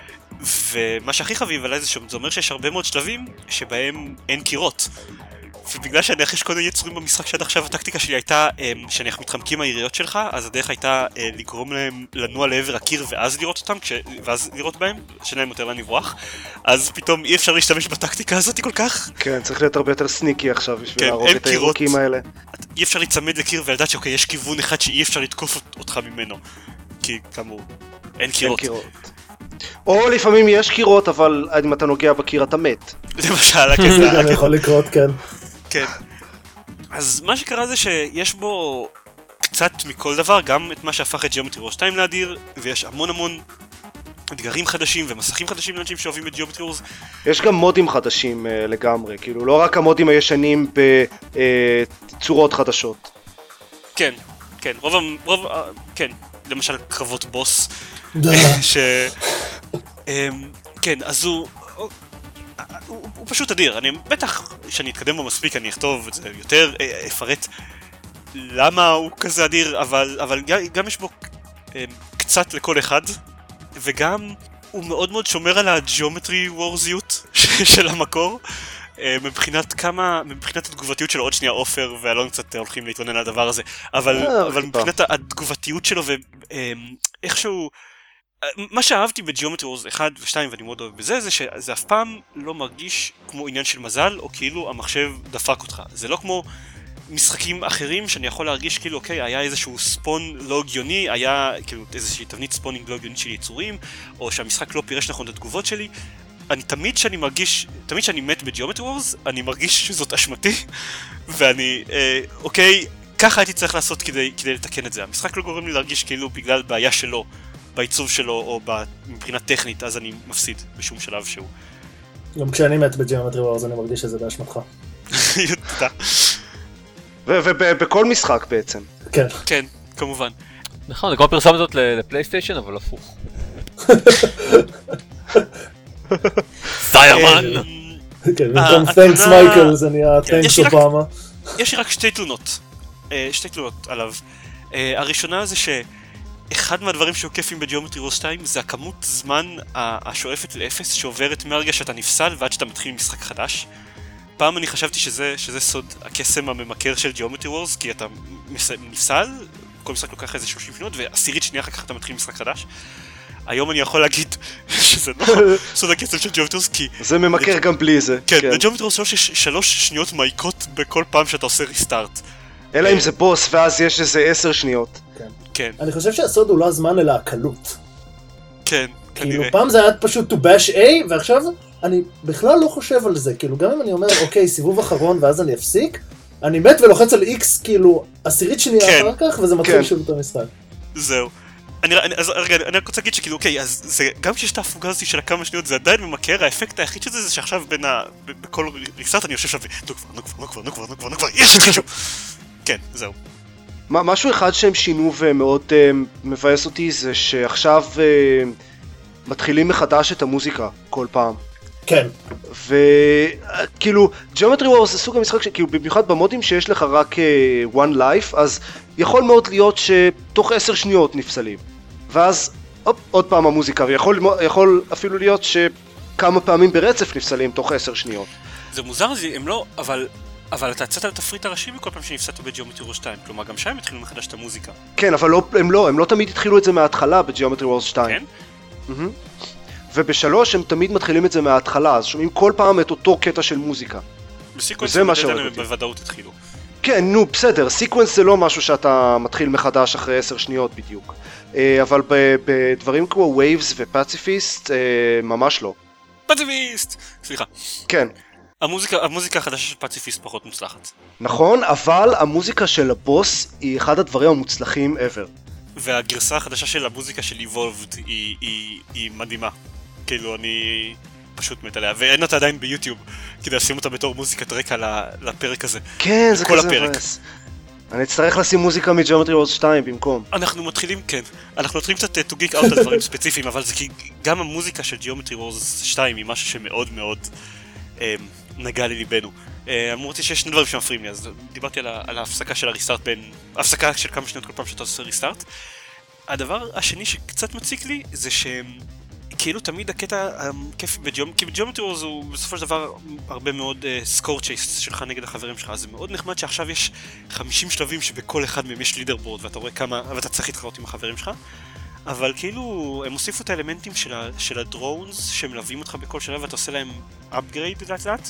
ומה שהכי חביב עליי זה שזה אומר שיש הרבה מאוד שלבים שבהם אין קירות. ובגלל שנניח יש כל מיני יצורים במשחק שעד עכשיו הטקטיקה שלי הייתה שנניח מתחמקים מהיריות שלך, אז הדרך הייתה לגרום להם לנוע לעבר הקיר ואז לראות אותם, כש... ואז לראות בהם, שנהם יותר לנברוח, אז פתאום אי אפשר להשתמש בטקטיקה הזאת כל כך. כן, צריך להיות הרבה יותר סניקי עכשיו בשביל להרוג את הירוקים האלה. אי אפשר להצמד לקיר ולדעת שאוקיי, יש כיוון אחד שאי אפשר לתקוף אותך ממנו, כי כאמור, אין קירות. אין קירות. או לפעמים יש קירות, אבל אם אתה נוגע בקיר אתה מת. למשל, זה גם יכול לקרות, כן. כן. אז מה שקרה זה שיש בו קצת מכל דבר, גם את מה שהפך את Geometry Wars שתיים לאדיר, ויש המון המון אתגרים חדשים ומסכים חדשים לאנשים שאוהבים את Geometry Wars. יש גם מודים חדשים uh, לגמרי, כאילו לא רק המודים הישנים בצורות uh, חדשות. כן, כן, רוב, רוב, uh, כן, למשל קרבות בוס, ש... um, כן, אז הוא... הוא, הוא פשוט אדיר, אני בטח שאני אתקדם בו מספיק, אני אכתוב את זה יותר, אפרט למה הוא כזה אדיר, אבל, אבל גם יש בו קצת לכל אחד, וגם הוא מאוד מאוד שומר על הג'יאומטרי וורזיות של המקור, מבחינת כמה, מבחינת התגובתיות שלו, עוד שנייה אופר ואלון קצת הולכים להתלונן על הדבר הזה, אבל, אבל מבחינת התגובתיות שלו ואיכשהו, מה שאהבתי בג'יאומטרי וורז אחד ושתיים ואני מאוד אוהב בזה, זה שזה אף פעם לא מרגיש כמו עניין של מזל, או כאילו המחשב דפק אותך. זה לא כמו משחקים אחרים שאני יכול להרגיש כאילו, אוקיי, היה איזשהו ספון לא הגיוני, היה כאילו איזושהי תבנית ספונינג לא הגיונית של יצורים, או שהמשחק לא פירש נכון את התגובות שלי. אני תמיד שאני מרגיש, תמיד שאני מת בג'יאומטרי וורז, אני מרגיש שזאת אשמתי, ואני, אה, אוקיי, ככה הייתי צריך לעשות כדי, כדי לתקן את זה. המשחק לא גורם לי להרגיש כאילו בגלל בעיה שלו, בעיצוב שלו או מבחינה טכנית, אז אני מפסיד בשום שלב שהוא. גם כשאני מת בג'יאומטרי וורז אני מרגיש שזה באשמתך. תודה. ובכל משחק בעצם. כן. כן, כמובן. נכון, זה כמו פרסומת זאת לפלייסטיישן, אבל הפוך. סיירמן! כן, במקום תנקס מייקל זה נהיה תנקס אובמה. יש לי רק שתי תלונות. שתי תלונות עליו. הראשונה זה ש... אחד מהדברים שהוא כיפים בג'יאומטרי וורז שתיים זה הכמות זמן השואפת לאפס שעוברת מהרגע שאתה נפסל ועד שאתה מתחיל משחק חדש. פעם אני חשבתי שזה, שזה סוד הקסם הממכר של ג'יאומטרי וורז, כי אתה נפסל, כל משחק לוקח איזה שלושים שניות ועשירית שנייה אחר כך אתה מתחיל משחק חדש. היום אני יכול להגיד שזה לא סוד הקסם של ג'יאומטרי וורז, כי... זה ממכר גם בלי זה. כן, בג'יאומטרי וורז שלוש יש שלוש שניות מייקות בכל פעם שאתה עושה ריסטארט. אלא אם זה בוס ואז יש איזה עשר שניות. כן. אני חושב שהסוד הוא לא הזמן אלא הקלות. כן, כאילו כנראה. פעם זה היה פשוט to bash A, ועכשיו אני בכלל לא חושב על זה. כאילו גם אם אני אומר, אוקיי, סיבוב אחרון ואז אני אפסיק, אני מת ולוחץ על X כאילו עשירית שנייה כן. אחר כך, וזה מתחיל שוב את המשחק. זהו. אני, אני, אז רגע, אני רק רוצה להגיד שכאילו, אוקיי, אז זה, גם כשיש את ההפוגה הזאת של הכמה שניות, זה עדיין ממכר, האפקט היחיד של זה זה שעכשיו בין ה... בכל ריסטארט אני יושב שם ו... נו כבר, נו כבר, נו כבר, נו כבר, נו כבר, נו כבר, יש, תחישו! כן, זהו. משהו אחד שהם שינו ומאוד uh, מבאס אותי זה שעכשיו uh, מתחילים מחדש את המוזיקה כל פעם. כן. וכאילו, ג'יאומטרי וורז זה סוג המשחק שכאילו במיוחד במודים שיש לך רק uh, one life, אז יכול מאוד להיות שתוך עשר שניות נפסלים. ואז אופ, עוד פעם המוזיקה, ויכול יכול אפילו להיות שכמה פעמים ברצף נפסלים תוך עשר שניות. זה מוזר, זה, הם לא, אבל... אבל אתה יצאת על תפריט הראשי בכל פעם שנפסדת בג'יאומטרי וורז שתיים, כלומר גם שם התחילו מחדש את המוזיקה. כן, אבל לא, הם לא, הם לא תמיד התחילו את זה מההתחלה בג'יאומטרי וורז שתיים. כן? Mm-hmm. ובשלוש הם תמיד מתחילים את זה מההתחלה, אז שומעים כל פעם את אותו קטע של מוזיקה. בסיקוונס הם בוודאות התחילו. כן, נו, בסדר, סיקוונס זה לא משהו שאתה מתחיל מחדש אחרי עשר שניות בדיוק. אבל בדברים כמו ווייבס ופציפיסט, ממש לא. פציפיסט! סליחה. כן. המוזיקה, המוזיקה החדשה של פציפיסט פחות מוצלחת. נכון, אבל המוזיקה של הבוס היא אחד הדברים המוצלחים ever. והגרסה החדשה של המוזיקה של Evolved היא, היא, היא מדהימה. כאילו, אני פשוט מת עליה, ואין אותה עדיין ביוטיוב, כדי לשים אותה בתור מוזיקת רקע לפרק הזה. כן, זה כזה מבאס. אני אצטרך לשים מוזיקה מג'יאומטרי וורז שתיים במקום. אנחנו מתחילים, כן. אנחנו מתחילים קצת to geek out על דברים ספציפיים, אבל זה כי גם המוזיקה של ג'יאומטרי וורז שתיים היא משהו שמאוד מאוד אה, נגע לליבנו. אה, אמרתי שיש שני דברים שמפריעים לי, אז דיברתי על, על ההפסקה של הריסטארט בין... הפסקה של כמה שניות כל פעם שאתה עושה ריסטארט. הדבר השני שקצת מציק לי זה שהם... כאילו תמיד הקטע הכיף בג'יאומטרי, כי בג'יאומטרי וורז הוא בסופו של דבר הרבה מאוד סקור צ'ייס שלך נגד החברים שלך, אז זה מאוד נחמד שעכשיו יש חמישים שלבים שבכל אחד מהם יש לידר בורד ואתה רואה כמה, ואתה צריך להתחרות עם החברים שלך, אבל כאילו הם הוסיפו את האלמנטים של, ה, של הדרונס שמלווים אותך בכל שלב ואתה עושה להם upgrade לאט לאט,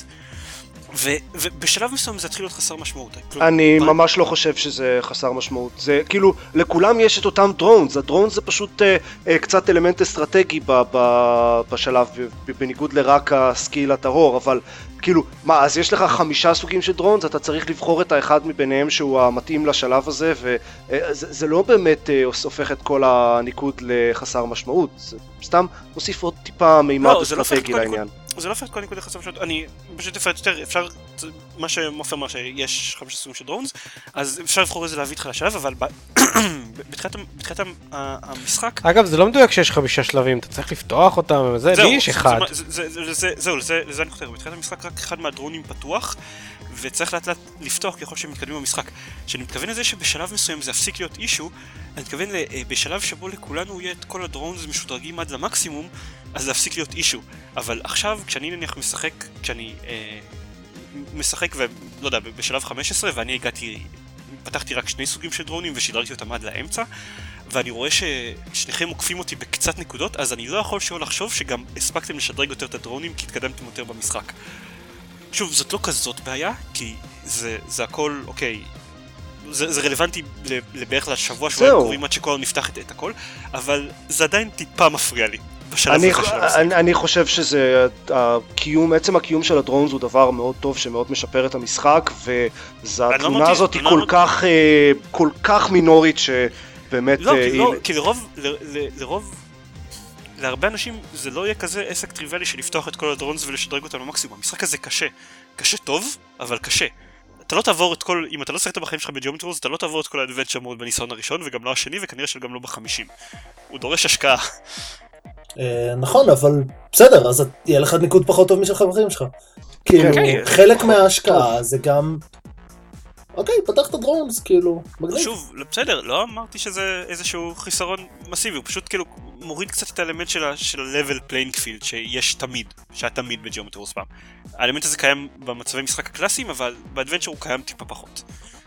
ו, ובשלב מסוים זה התחיל להיות חסר משמעות. אני ממש לא חושב שזה חסר משמעות. זה כאילו, לכולם יש את אותם דרונס. הדרונס זה פשוט אה, אה, קצת אלמנט אסטרטגי ב, ב, בשלב, בניגוד לרק הסקיל הטרור, אבל כאילו, מה, אז יש לך חמישה סוגים של דרונס, אתה צריך לבחור את האחד מביניהם שהוא המתאים לשלב הזה, וזה זה לא באמת אה, הופך את כל הניקוד לחסר משמעות. זה סתם מוסיף עוד טיפה מימד לא, אסטרטגי לא לעניין. זה לא הופך את כל נקודה חסר משמעות, אני פשוט אפרט יותר, אפשר מה שמופר אמר שיש חמישה סוגים של דרונס, אז אפשר לבחור איזה להביא איתך לשלב, אבל בתחילת המשחק... אגב, זה לא מדויק שיש חמישה שלבים, אתה צריך לפתוח אותם, זה לי יש אחד. זהו, לזה אני חותר, בתחילת המשחק רק אחד מהדרונים פתוח, וצריך לאט לאט לפתוח ככל שהם מתקדמים במשחק. שאני מתכוון לזה שבשלב מסוים זה יפסיק להיות אישו, אני מתכוון בשלב שבו לכולנו יהיה את כל הדרונס משודרגים עד למקסימום, אז זה יפסיק להיות אישו. אבל עכשיו, כשאני נניח משחק, כשאני אה, משחק ולא יודע, בשלב חמש עשרה, ואני הגעתי, פתחתי רק שני סוגים של דרונים ושדרגתי אותם עד לאמצע, ואני רואה ששניכם עוקפים אותי בקצת נקודות, אז אני לא יכול שלא לחשוב שגם הספקתם לשדרג יותר את הדרונים כי התקדמתם יותר במשחק. שוב, זאת לא כזאת בעיה, כי זה, זה הכל, אוקיי, זה, זה רלוונטי לבערך לשבוע שבוע קוראים עד שכל נפתח את, את הכל, אבל זה עדיין טיפה מפריע לי. אני, אני, אני חושב שזה, הקיום, עצם הקיום של הדרונס הוא דבר מאוד טוב שמאוד משפר את המשחק, והתמונה הזאת היא כל כך, כל כך מינורית שבאמת... לא, כי, לא, כי לרוב, ל, ל, לרוב, להרבה אנשים זה לא יהיה כזה עסק טריוויאלי של לפתוח את כל הדרונס ולשדרג אותם למקסימום. המשחק הזה קשה, קשה טוב, אבל קשה. אתה לא תעבור את כל, אם אתה לא שחקת בחיים שלך בג'יאומטרי וורס, אתה לא תעבור את כל האדוונצ'ר מוד בניסיון הראשון, וגם לא השני, וכנראה שגם לא בחמישים. הוא דורש השקעה. נכון, אבל בסדר, אז יהיה לך ניקוד פחות טוב משל חברים שלך. כאילו, חלק מההשקעה זה גם... אוקיי, פתח את הדרונס, כאילו, מגניב. שוב, בסדר, לא אמרתי שזה איזשהו חיסרון מסיבי, הוא פשוט כאילו מוריד קצת את האלמנט של ה-level playing field שיש תמיד, שהיה תמיד בג'יאומטרי וורס פעם. האלמנט הזה קיים במצבי משחק הקלאסיים, אבל באדוונצ'ר הוא קיים טיפה פחות.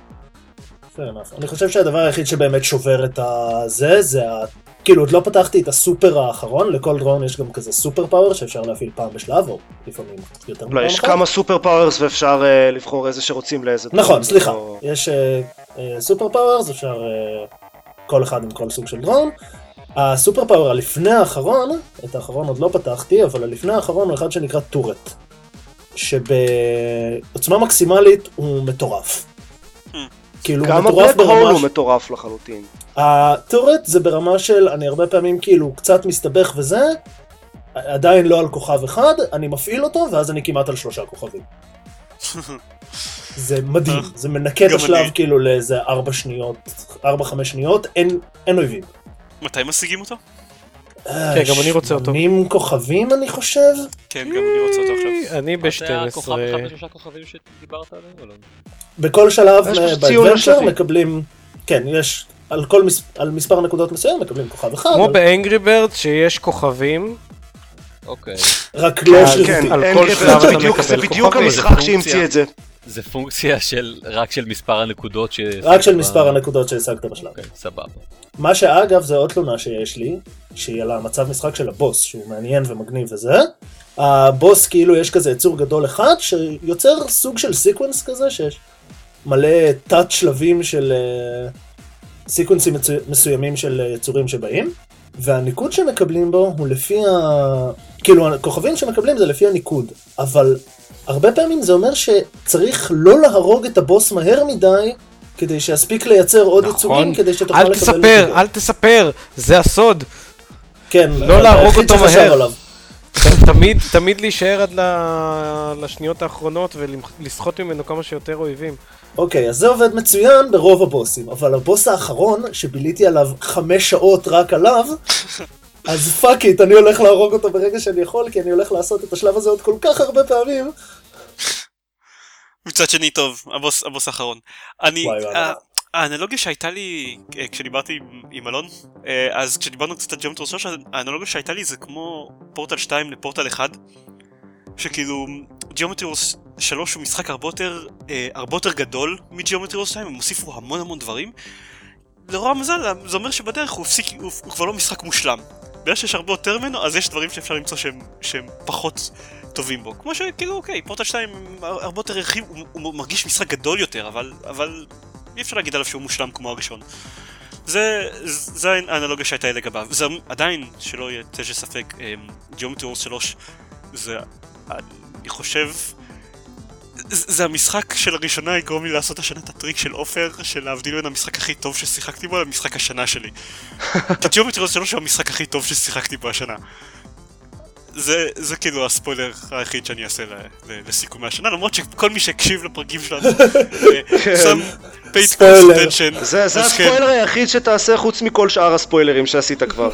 אני חושב שהדבר היחיד שבאמת שובר את הזה, זה ה... כאילו, עוד לא פתחתי את הסופר האחרון, לכל דרון יש גם כזה סופר פאוור שאפשר להפעיל פעם בשלב, או לפעמים יותר מפעם אחת. יש כמה סופר פאוורס ואפשר לבחור איזה שרוצים לאיזה... נכון, סליחה. יש סופר פאוורס, אפשר כל אחד עם כל סוג של דרון. הסופר פאוור הלפני האחרון, את האחרון עוד לא פתחתי, אבל הלפני האחרון הוא אחד שנקרא טורט, שבעוצמה מקסימלית הוא מטורף. כאילו, גם הבלק הול הוא מטורף לחלוטין. הטורט זה ברמה של, אני הרבה פעמים כאילו קצת מסתבך וזה, עדיין לא על כוכב אחד, אני מפעיל אותו ואז אני כמעט על שלושה כוכבים. זה מדהים, זה מנקה את השלב כאילו לאיזה ארבע שניות, ארבע חמש שניות, אין, אין אויבים. מתי משיגים אותו? כן, גם אני רוצה אותו. שמונים כוכבים אני חושב? כן, גם אני רוצה אותו עכשיו. אני ב-שתים עשרה. אתה הכוכב אחד משלושה כוכבים שדיברת עליהם או לא? בכל שלב באדוונצ'ר מקבלים, כן, יש... על כל מס... על מספר נקודות מסוים מקבלים כוכב אחד. כמו באנגרי בירד שיש כוכבים. אוקיי. רק לא שרירותי. על כל שלב אתה מקבל כוכבים. זה בדיוק המשחק שהמציא את זה. זה פונקציה של רק של מספר הנקודות ש... רק של מספר הנקודות שהשגת בשלב. אוקיי, סבבה. מה שאגב זה עוד תלונה שיש לי, שהיא על המצב משחק של הבוס, שהוא מעניין ומגניב וזה. הבוס כאילו יש כזה יצור גדול אחד שיוצר סוג של סיקוונס כזה, שיש מלא תת שלבים של... סיקוונסים מסוימים של יצורים שבאים, והניקוד שמקבלים בו הוא לפי ה... כאילו, הכוכבים שמקבלים זה לפי הניקוד, אבל הרבה פעמים זה אומר שצריך לא להרוג את הבוס מהר מדי, כדי שיספיק לייצר עוד נכון. יצורים, כדי שתוכל לקבל... אל תספר, נקודות. אל תספר, זה הסוד. כן, לא להרוג אותו מהר. עליו. תמיד, תמיד להישאר עד לשניות האחרונות ולסחוט ממנו כמה שיותר אויבים. אוקיי, אז זה עובד מצוין ברוב הבוסים, אבל הבוס האחרון, שביליתי עליו חמש שעות רק עליו, אז פאק איט, אני הולך להרוג אותו ברגע שאני יכול, כי אני הולך לעשות את השלב הזה עוד כל כך הרבה פעמים. מצד שני טוב, הבוס, הבוס האחרון. אני, האנלוגיה שהייתה לי, כשדיברתי עם אלון, אז כשדיברנו קצת על ג'יאומטרי וורס שלוש, האנלוגיה שהייתה לי זה כמו פורטל שתיים לפורטל אחד, שכאילו ג'יאומטרי וורס שלוש הוא משחק הרבה יותר, הרבה יותר גדול מג'יאומטרי וורס שתיים, הם הוסיפו המון המון דברים. לרוע המזל, זה אומר שבדרך הוא, הפסיק, הוא, הוא כבר לא משחק מושלם. בגלל שיש הרבה יותר ממנו, אז יש דברים שאפשר למצוא שהם, שהם פחות טובים בו. כמו שכאילו, אוקיי, פורטל שתיים הרבה יותר רחב, הוא, הוא מרגיש משחק גדול יותר, אבל, אבל אי אפשר להגיד עליו שהוא מושלם כמו הראשון. זה, זה האנלוגיה שהייתה לגביו. זה עדיין, שלא יהיה תשע ספק, ג'יאומטרי וורס שלוש, זה, אני חושב, זה המשחק של הראשונה יגרום לי לעשות השנה את הטריק של אופר, של להבדיל בין המשחק הכי טוב ששיחקתי בו למשחק השנה שלי. כי ג'יאומטרי וורס שלוש הוא המשחק הכי טוב ששיחקתי בו השנה. זה, זה כאילו הספוילר היחיד שאני אעשה לסיכומי השנה, למרות שכל מי שהקשיב לפרקים שלנו, שם paid close attention. זה הספוילר היחיד שתעשה חוץ מכל שאר הספוילרים שעשית כבר.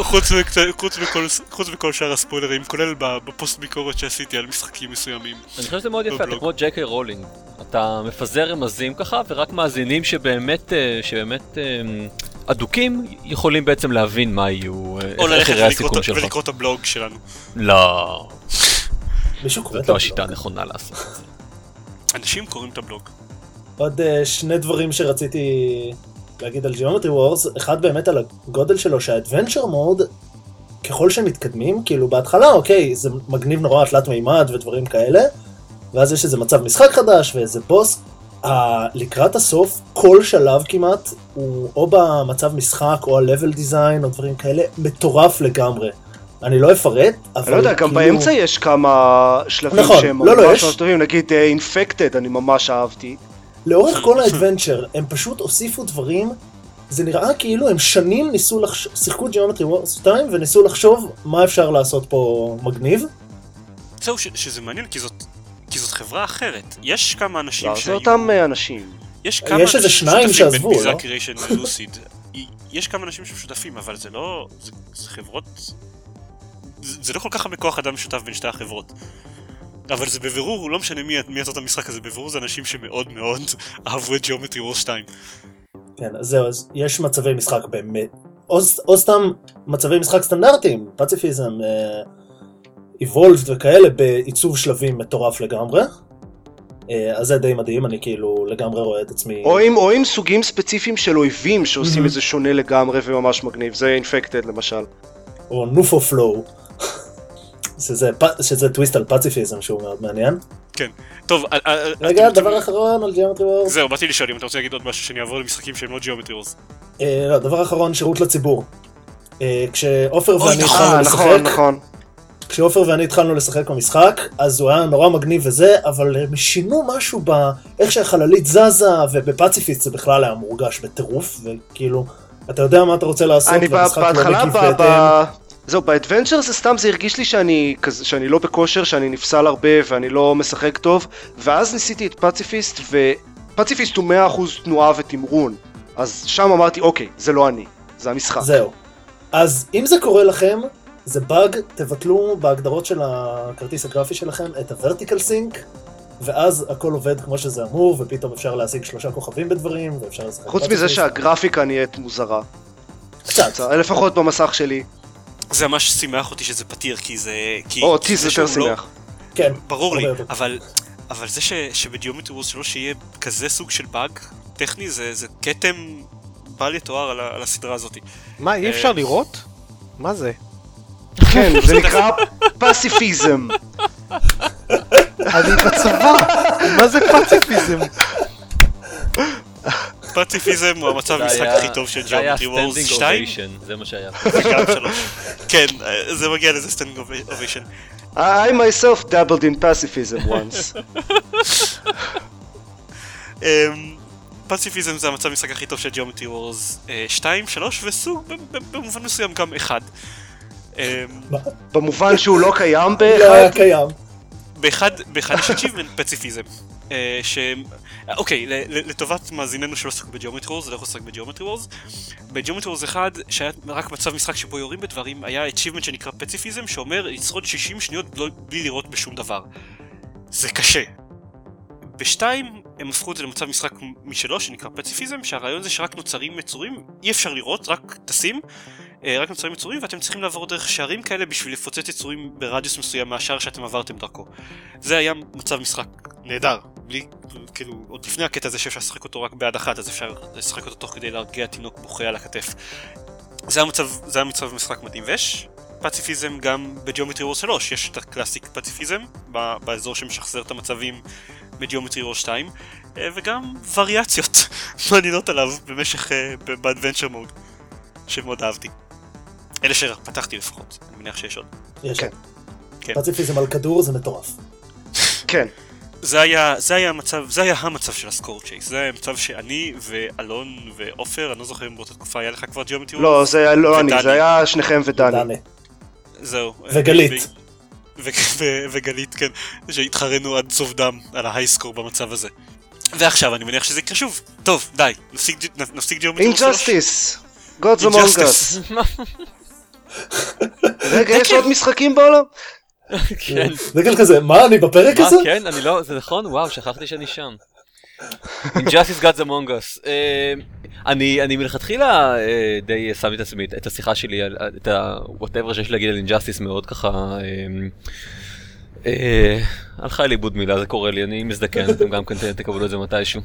חוץ מכל שאר הספוילרים, כולל בפוסט ביקורת שעשיתי על משחקים מסוימים. אני חושב שזה מאוד יפה, אתה כמו ג'יי קיי רולינג. אתה מפזר רמזים ככה, ורק מאזינים שבאמת, שבאמת אדוקים יכולים בעצם להבין מה יהיו, איך יראה הסיכום שלך. או ללכת ולקרוא את הבלוג שלנו. לא. מישהו קורא את זאת לא הבלוג. השיטה הנכונה לעשות את זה. אנשים קוראים את הבלוג. עוד uh, שני דברים שרציתי להגיד על Geometry Wars, אחד באמת על הגודל שלו, שהאדוונצ'ר מוד, ככל שמתקדמים, כאילו בהתחלה, אוקיי, זה מגניב נורא תלת מימד ודברים כאלה, ואז יש איזה מצב משחק חדש ואיזה בוס, uh, לקראת הסוף, כל שלב כמעט, הוא או במצב משחק או ה-level design או דברים כאלה, מטורף לגמרי. אני לא אפרט, אבל אני לא יודע, גם כאילו... באמצע יש כמה שלבים נכון, שהם לא, לא, ממש יש. ממש טובים, נגיד Infected, אני ממש אהבתי. לאורך כל האדוונצ'ר, הם פשוט הוסיפו דברים, זה נראה כאילו הם שנים ניסו לחשוב, שיחקו Geometry Wars שתיים וניסו לחשוב מה אפשר לעשות פה מגניב. זהו, ש- שזה מעניין, כי זאת, כי זאת חברה אחרת. יש כמה אנשים לא, זה שהיו... אותם אה, אנשים. יש כמה יש איזה אנשים שניים שותפים שעזבו, בין לא? ביזה קריאיישן ולוסיד. יש כמה אנשים ששותפים, אבל זה לא... זה, זה חברות... זה, זה לא כל כך הרבה כוח אדם משותף בין שתי החברות. אבל זה בבירור, לא משנה מי, מי יצא את המשחק הזה, בבירור זה אנשים שמאוד מאוד אהבו את Geometry Wars שתיים. כן, אז זהו, אז יש מצבי משחק באמת, או, או סתם מצבי משחק סטנדרטיים, פציפיזם, Evolved וכאלה, בעיצוב שלבים מטורף לגמרי. אז זה די מדהים, אני כאילו לגמרי רואה את עצמי... או עם, או עם סוגים ספציפיים של אויבים שעושים את זה שונה לגמרי וממש מגניב, זה Infected למשל. או נופו פלואו, שזה, שזה טוויסט על פציפיזם שהוא מאוד מעניין. כן. טוב, רגע, דבר אחרון על Geometry Wars. זהו, באתי לשאול אם אתה רוצה להגיד עוד משהו שאני אעבור למשחקים שהם לא Geometry Wars. אה, לא, דבר אחרון, שירות לציבור. אה, כשעופר ואני נכון, התחלנו נכון, לשחק, נכון. כשעופר ואני התחלנו לשחק במשחק, אז הוא היה נורא מגניב וזה, אבל הם שינו משהו באיך שהחללית זזה, ובפציפיסט זה בכלל היה מורגש בטירוף, וכאילו, אתה יודע מה אתה רוצה לעשות, אני והמשחק לא בהתחלה, מגיב ב- בהתאם. ב- זהו, באדוונצ'ר זה סתם, זה הרגיש לי שאני, כזה, שאני לא בכושר, שאני נפסל הרבה ואני לא משחק טוב, ואז ניסיתי את פציפיסט, ופציפיסט הוא מאה אחוז תנועה ותמרון, אז שם אמרתי, אוקיי, זה לא אני, זה המשחק. זהו. אז אם זה קורה לכם, זה באג, תבטלו בהגדרות של הכרטיס הגרפי שלכם את ה-vertical sync, ואז הכל עובד כמו שזה אמור, ופתאום אפשר להשיג שלושה כוכבים בדברים, ואפשר לשחק. חוץ מזה שהגרפיקה נהיית מוזרה. קצת. לפחות במסך שלי. זה ממש שימח אותי שזה פתיר, כי זה... כי- או, כי אותי זה יותר שהוא לא- שמח. כן. ברור לי, הרבה יותר. אבל, אבל זה ש, שבדיומטרי וורס שלוש יהיה כזה סוג של באג טכני, זה, זה כתם בל יתואר על, ה- על הסדרה הזאת. מה, אי אפשר לראות? מה זה? כן, זה נקרא פסיפיזם. אני בצבא! מה זה פציפיזם? פציפיזם הוא המצב זה המשחק היה- הכי טוב של זה היה ג'יאומטרי וורס standing שתיים, ovation, זה מה שהיה. וגם שלוש. כן, זה מגיע לזה סטנדינג אוביישן. I myself dabbled in pacifism once. פציפיזם זה המצב המשחק הכי טוב של ג'יאומטרי וורס שתיים, שלוש וסוג ב- ב- במובן מסוים גם אחד. במובן שהוא לא קיים לא היה באחד. קיים. באחד, באחד יש achievement פציפיזם. אה, ש... אוקיי, ל- ל- לטובת מאזיננו שלא עסקו בג'יאומטרי וורס, זה לא עסק בג'יאומטרי וורס. בג'יאומטרי וורס אחד, שהיה רק מצב משחק שבו יורים בדברים, היה achievement שנקרא פציפיזם, שאומר לשרוד שישים שניות בלא- בלי לראות בשום דבר. זה קשה. בשתיים, הם הפכו את זה למצב משחק משלו, שנקרא פציפיזם, שהרעיון זה שרק נוצרים מצורים, אי אפשר לראות, רק טסים, אה, רק נוצרים מצורים, ואתם צריכים לעבור דרך שערים כאלה בשביל לפוצץ יצורים ברדיוס מסוים מהשער שאתם עברתם דרכו. זה היה מצב משחק נהדר, בלי, כאילו, עוד לפני הקטע הזה שאפשר לשחק אותו רק ביד אחת, אז אפשר לשחק אותו תוך כדי להרגיע תינוק בוכה על הכתף. זה היה מצב, זה היה מצב משחק מדהים, ויש פציפיזם גם בג'יאומטרי וורס שלוש, יש את הקלאסיק פציפיזם, ב- באזור שמשחזר את המצבים בג'יאומטרי וורס שתיים, אה, וגם וריאציות מעניינות עליו במשך, אה, ב- באדוונצ'ר מוד, שמאוד אהבתי. אלה שפתחתי לפחות, אני מניח שיש עוד. יש. כן. כן. פציפיזם על כדור זה מטורף. כן. זה היה, זה היה המצב, זה היה המצב של הסקור צ'ייס, זה היה המצב שאני ואלון ועופר, אני לא זוכר אם באותה תקופה היה לך כבר ג'יאומטרי וורס? לא, זה היה לא אני, ודני. זה היה שניכם ודני. דני. זהו. וגלית. וגלית, כן, שהתחרנו עד סוף דם על ההייסקור במצב הזה. ועכשיו אני מניח שזה יקרה שוב. טוב, די, נפסיק ג'יאומטרי שלוש. Injustice! Gods Among Us. רגע, יש עוד משחקים בעולם? כן. זה כאן כזה, מה, אני בפרק הזה? כן, אני לא, זה נכון, וואו, שכחתי שאני שם. Injustice Gods Among Us. אני, אני מלכתחילה די שמתי את עצמי, את השיחה שלי, את ה-whatever שיש להגיד על Injustice מאוד ככה, הלכה לי איבוד מילה, זה קורה לי, אני מזדקן, אתם גם כן תקבלו את זה מתישהו.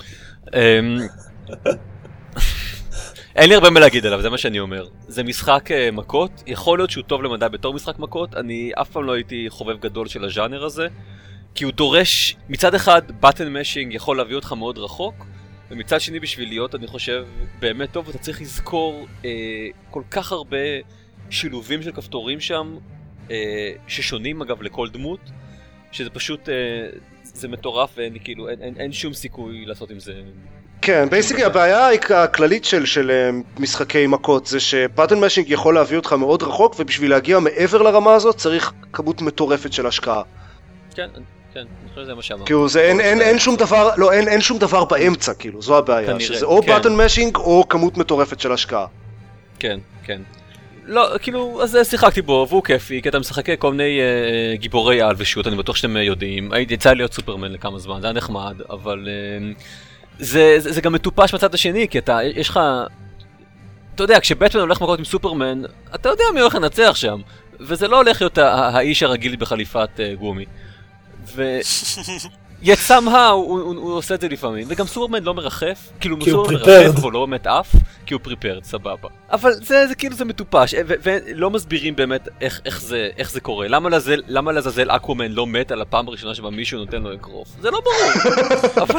אין לי הרבה מה להגיד עליו, זה מה שאני אומר. זה משחק מכות, יכול להיות שהוא טוב למדי בתור משחק מכות, אני אף פעם לא הייתי חובב גדול של הז'אנר הזה, כי הוא דורש, מצד אחד, בטן משינג יכול להביא אותך מאוד רחוק, ומצד שני בשביל להיות, אני חושב, באמת טוב, אתה צריך לזכור אה, כל כך הרבה שילובים של כפתורים שם, אה, ששונים אגב לכל דמות, שזה פשוט, אה, זה מטורף, ואין כאילו, אין, אין, אין שום סיכוי לעשות עם זה. כן, בייסיקלי הבעיה הכללית של, של משחקי מכות זה שפאטרן משינג יכול להביא אותך מאוד רחוק, ובשביל להגיע מעבר לרמה הזאת צריך כמות מטורפת של השקעה. כן, כן, אני חושב שזה מה שאמר. כאילו זה אין, אין, אין שום דבר, לא, אין, אין שום דבר באמצע, כאילו, זו הבעיה. כנראה, שזה או כן. פאטרן משינג או כמות מטורפת של השקעה. כן, כן. לא, כאילו, אז שיחקתי בו, והוא כיפי, כי אתה משחק כל מיני אה, גיבורי על ושוט, אני בטוח שאתם יודעים. הייתי יצא להיות סופרמן לכמה זמן, זה היה נחמד, אבל אה, זה, זה, זה גם מטופש מצד השני, כי אתה, יש לך, אתה יודע, כשבטמן הולך מכות עם סופרמן, אתה יודע מי הולך לנצח שם, וזה לא הולך להיות האיש הרגיל בחליפת אה, גומי. ו... יet somehow הוא, הוא, הוא עושה את זה לפעמים, וגם סופרמן לא מרחף, כאילו סופרמן מרחף והוא לא באמת אף, כי הוא prepared, סבבה. אבל זה, זה כאילו זה מטופש, ו- ולא מסבירים באמת איך, איך, זה, איך זה קורה. למה לזל, למה לזזל אקוומן לא מת על הפעם הראשונה שבה מישהו נותן לו אגרוף? זה לא ברור. אבל...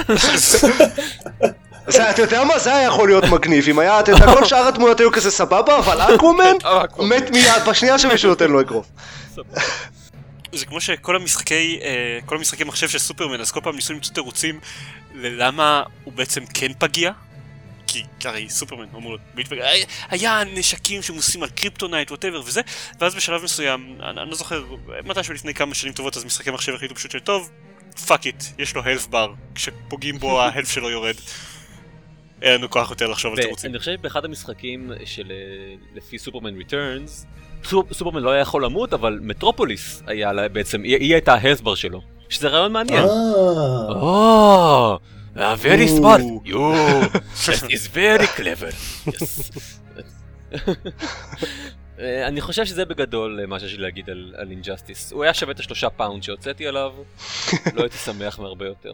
אתה יודע מה? זה היה יכול להיות מגניב, אם היה, אתה יודע, כל שאר התמונות היו כזה סבבה, אבל אקוומן מת מיד בשנייה שמישהו נותן לו אגרוף. זה כמו שכל המשחקי, כל המשחקי מחשב של סופרמן, אז כל פעם ניסו למצוא תירוצים ללמה הוא בעצם כן פגיע. כי הרי סופרמן אמור להתפגיע, היה נשקים שמוסים על קריפטונייט, whatever וזה, ואז בשלב מסוים, אני לא זוכר, מתישהו לפני כמה שנים טובות, אז משחקי מחשב החליטו פשוט של טוב, פאק איט, יש לו health bar, כשפוגעים בו ההלף שלו יורד. אין לנו כוח יותר לחשוב על תירוצים. אני חושב באחד המשחקים של לפי סופרמן ריטרנס, סופרמן לא היה יכול למות, אבל מטרופוליס היה לה בעצם, היא הייתה ההלסבר שלו, שזה רעיון מעניין. Oh, very smart. You, that is very clever. Yes. אני חושב שזה בגדול מה שיש לי להגיד על Injustice. הוא היה שווה את השלושה פאונד שהוצאתי עליו, לא הייתי שמח מהרבה יותר.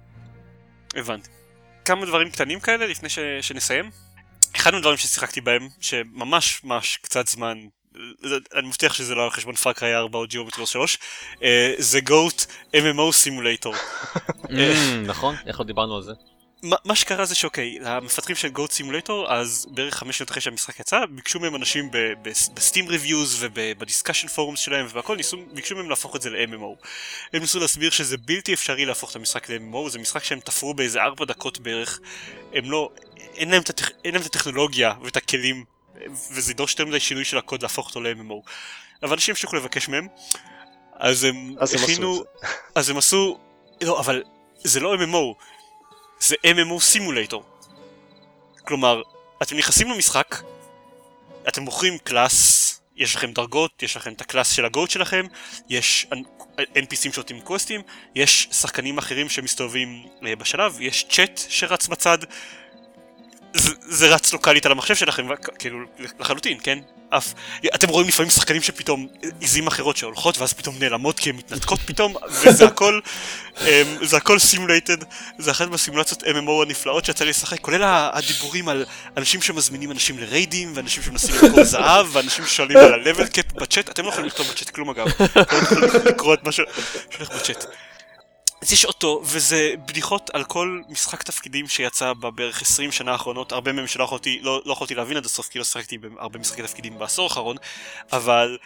הבנתי. כמה דברים קטנים כאלה לפני שנסיים. אחד מהדברים ששיחקתי בהם, שממש ממש קצת זמן, אני מבטיח שזה לא על חשבון פאר קריי ארבע או ג'יאומטרי שלוש, זה גוט אם אם או סימולטור. נכון, איך לא דיברנו על זה? מה שקרה זה שאוקיי, המפתחים של גוט סימולטור, אז בערך חמש שנות אחרי שהמשחק יצא, ביקשו מהם אנשים בסטים ריוויוז ובדיסקשן פורומס שלהם והכל, ביקשו מהם להפוך את זה ל-אם אם או. הם ניסו להסביר שזה בלתי אפשרי להפוך את המשחק ל-אם אם או, זה משחק שהם תפרו באיזה ארבע דקות בערך, הם לא, אין להם את הטכנולוגיה ואת הכלים, וזה ידרוש יותר מדי שינוי של הקוד להפוך אותו ל-אם אם או. אבל אנשים המשיכו לבקש מהם, אז הם הכינו, אז הם עשו, לא, אבל זה לא אם אם או, זה אם אם או סימולטור. כלומר, אתם נכנסים למשחק, אתם בוחרים קלאס, יש לכם דרגות, יש לכם את הקלאס של הגוט שלכם, יש אן פי סים שעושים קווסטים, יש שחקנים אחרים שמסתובבים בשלב, יש צ'אט שרץ בצד, זה, זה רץ לוקלית על המחשב שלכם, כאילו לחלוטין, כן? אף, אתם רואים לפעמים שחקנים שפתאום עיזים אחרות שהולכות ואז פתאום נעלמות כי הן מתנתקות פתאום, וזה הכל זה הכל סימולייטד, זה אחת מהסימולציות אם אם או הנפלאות שיצא לי לשחק, כולל הדיבורים על אנשים שמזמינים אנשים לריידים ואנשים שמנסים לקרוא זהב ואנשים ששואלים על הלבל קאפ בצ'אט. אתם לא יכולים לכתוב בצ'אט כלום אגב, אתם לא יכולים לקרוא את מה שהולך בצ'אט. אז יש אותו, וזה בדיחות על כל משחק תפקידים שיצא בערך עשרים שנה האחרונות, הרבה מהם שלא יכולתי, לא, לא יכולתי להבין עד הסוף, כי לא שחקתי בהרבה משחקי תפקידים בעשור האחרון, אבל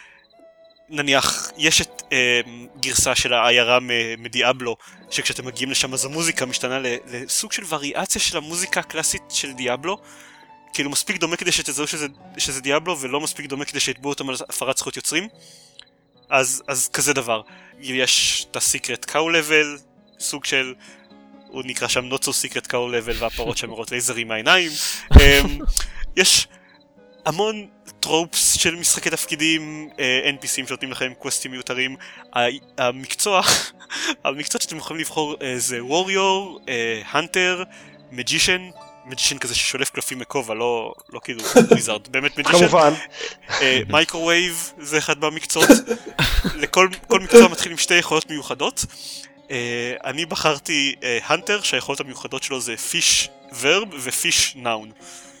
נניח, יש את אה, גרסה של העיירה מדיאבלו, שכשאתם מגיעים לשם אז המוזיקה משתנה לסוג של וריאציה של המוזיקה הקלאסית של דיאבלו, כאילו מספיק דומה כדי שתזהו שזה, שזה דיאבלו, ולא מספיק דומה כדי שיתבעו אותם על הפרת זכויות יוצרים. אז, אז כזה דבר. יש את הסיקרט קאו לבל, סוג של, הוא נקרא שם not so secret קאו לבל, והפרות שם מראות לייזרים מהעיניים. יש המון טרופס של משחקי תפקידים, אן פי סים שנותנים לכם קווסטים מיותרים. המקצוע, המקצוע שאתם יכולים לבחור זה ווריור, הנטר, מג'ישן, מג'ישן כזה ששולף קלפים מכובע, לא, לא כאילו ויזארד, באמת מג'ישן. כמובן. מייקרווייב זה אחד מהמקצועות. לכל כל מקצוע מתחיל עם שתי יכולות מיוחדות. אני בחרתי הנטר, שהיכולות המיוחדות שלו זה פיש ורב ופיש נאון.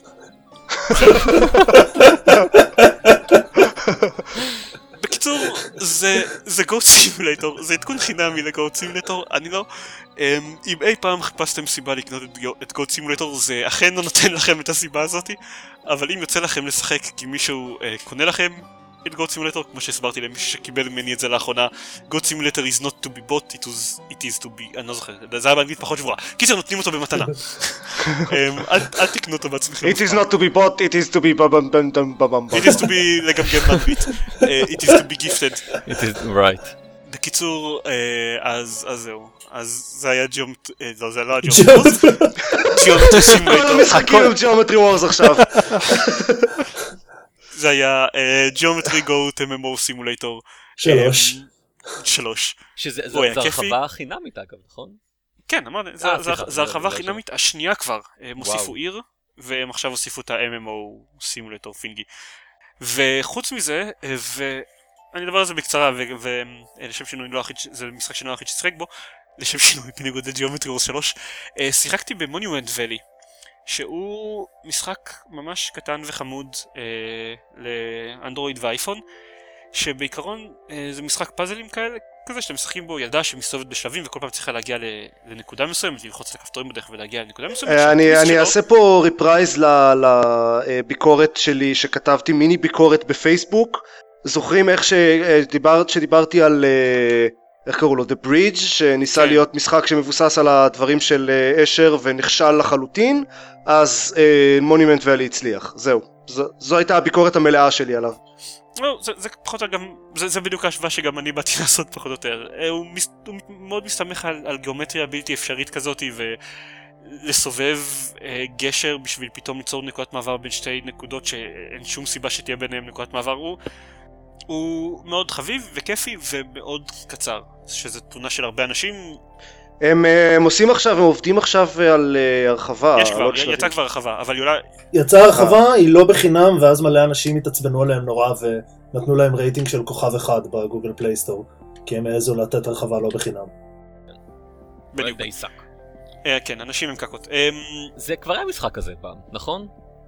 בקיצור, זה זה גו סימולטור, זה עדכון חינמי לגו סימולטור. אני לא, אם אי פעם חיפשתם סיבה לקנות את גו סימולטור, זה אכן לא נותן לכם את הסיבה הזאת, אבל אם יוצא לכם לשחק כי מישהו קונה לכם את גו סימולטור, כמו שהסברתי למישהו שקיבל ממני את זה לאחרונה, גו סימולטור is not to be bought, it, was, it is to be, אני לא זוכר, זה היה באנגלית פחות שבועה. קיצר, נותנים אותו במתנה. אל תקנו אותו בעצמכם. It is not to be bought, it is to be bum bum bum bum bum. It is to be לגמגם באנגלית. It is to be gifted. It is right. בקיצור, אז זהו. אז זה היה ג'יאומטרי, לא, זה לא היה ג'יאומטרי. ג'יאומטרי סימולטור. משחקים עם ג'יאומטרי וורס עכשיו. זה היה Geometry Go M M O Simulator שלוש. שלוש. שזה הרחבה חינמית אגב, נכון? כן, אמרתי, זה הרחבה חינמית השנייה כבר. הם הוסיפו עיר, והם עכשיו הוסיפו את ה-M M O Simulator פינגי. וחוץ מזה, ואני אדבר על זה בקצרה, ולשם שינוי לא הכי, זה משחק שאני לא הכי ששחק בו, לשם שינוי בניגוד ל-Geometry Wars שלוש, שיחקתי ב-Monument Valley. שהוא משחק ממש קטן וחמוד אה, לאנדרואיד ואייפון, שבעיקרון אה, זה משחק פאזלים כאלה, כזה שאתם משחקים בו ילדה שמסתובבת בשלבים וכל פעם צריכה להגיע לנקודה מסוימת, ללחוץ על הכפתורים בדרך ולהגיע לנקודה מסוימת. אני, אני אעשה פה ריפרייז לביקורת שלי שכתבתי, מיני ביקורת בפייסבוק. זוכרים איך שדיברת, שדיברתי על... איך קראו לו? The Bridge, שניסה להיות משחק שמבוסס על הדברים של אשר ונכשל לחלוטין, אז Monument Valley הצליח. זהו. זו הייתה הביקורת המלאה שלי עליו. לא, זה, זה פחות או יותר גם, זה, זה בדיוק ההשוואה שגם אני באתי לעשות פחות או יותר. הוא, מס, הוא מאוד מסתמך על, על גיאומטריה בלתי אפשרית כזאת, ולסובב אה, גשר בשביל פתאום ליצור נקודת מעבר בין שתי נקודות שאין שום סיבה שתהיה ביניהם נקודת מעבר. הוא, הוא מאוד חביב וכיפי ומאוד קצר, שזה תאונה של הרבה אנשים. הם, הם עושים עכשיו, הם עובדים עכשיו על הרחבה. יש כבר, יצא כבר הרחבה, אבל יולה... יצא הרחבה, היא לא בחינם, ואז מלא אנשים התעצבנו עליהם נורא, ונתנו להם רייטינג של כוכב אחד בגוגל פלייסטור, כי הם העזו לתת הרחבה לא בחינם. בדיוק. כן, אנשים הם קקות. זה כבר היה משחק כזה פעם, נכון?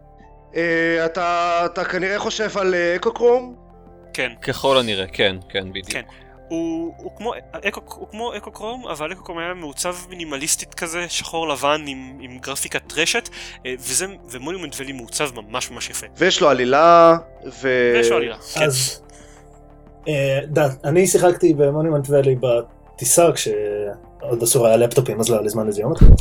אתה כנראה חושב על אקו-קרום? כן. ככל הנראה, כן, כן, בדיוק. כן. הוא, הוא כמו, אקו, הוא כמו אקו-קרום, אבל אקו-קרום היה מעוצב מינימליסטית כזה, שחור לבן עם, עם גרפיקת רשת, וזה, ומונומנט ואלי מעוצב ממש ממש יפה. ויש לו עלילה, ו... ויש לו עלילה, כן. אז, אה, דה, אני שיחקתי במונומנט ואלי בטיסה, כשעוד אסור היה לפטופים, אז לא היה לי זמן לזה יום התחיל.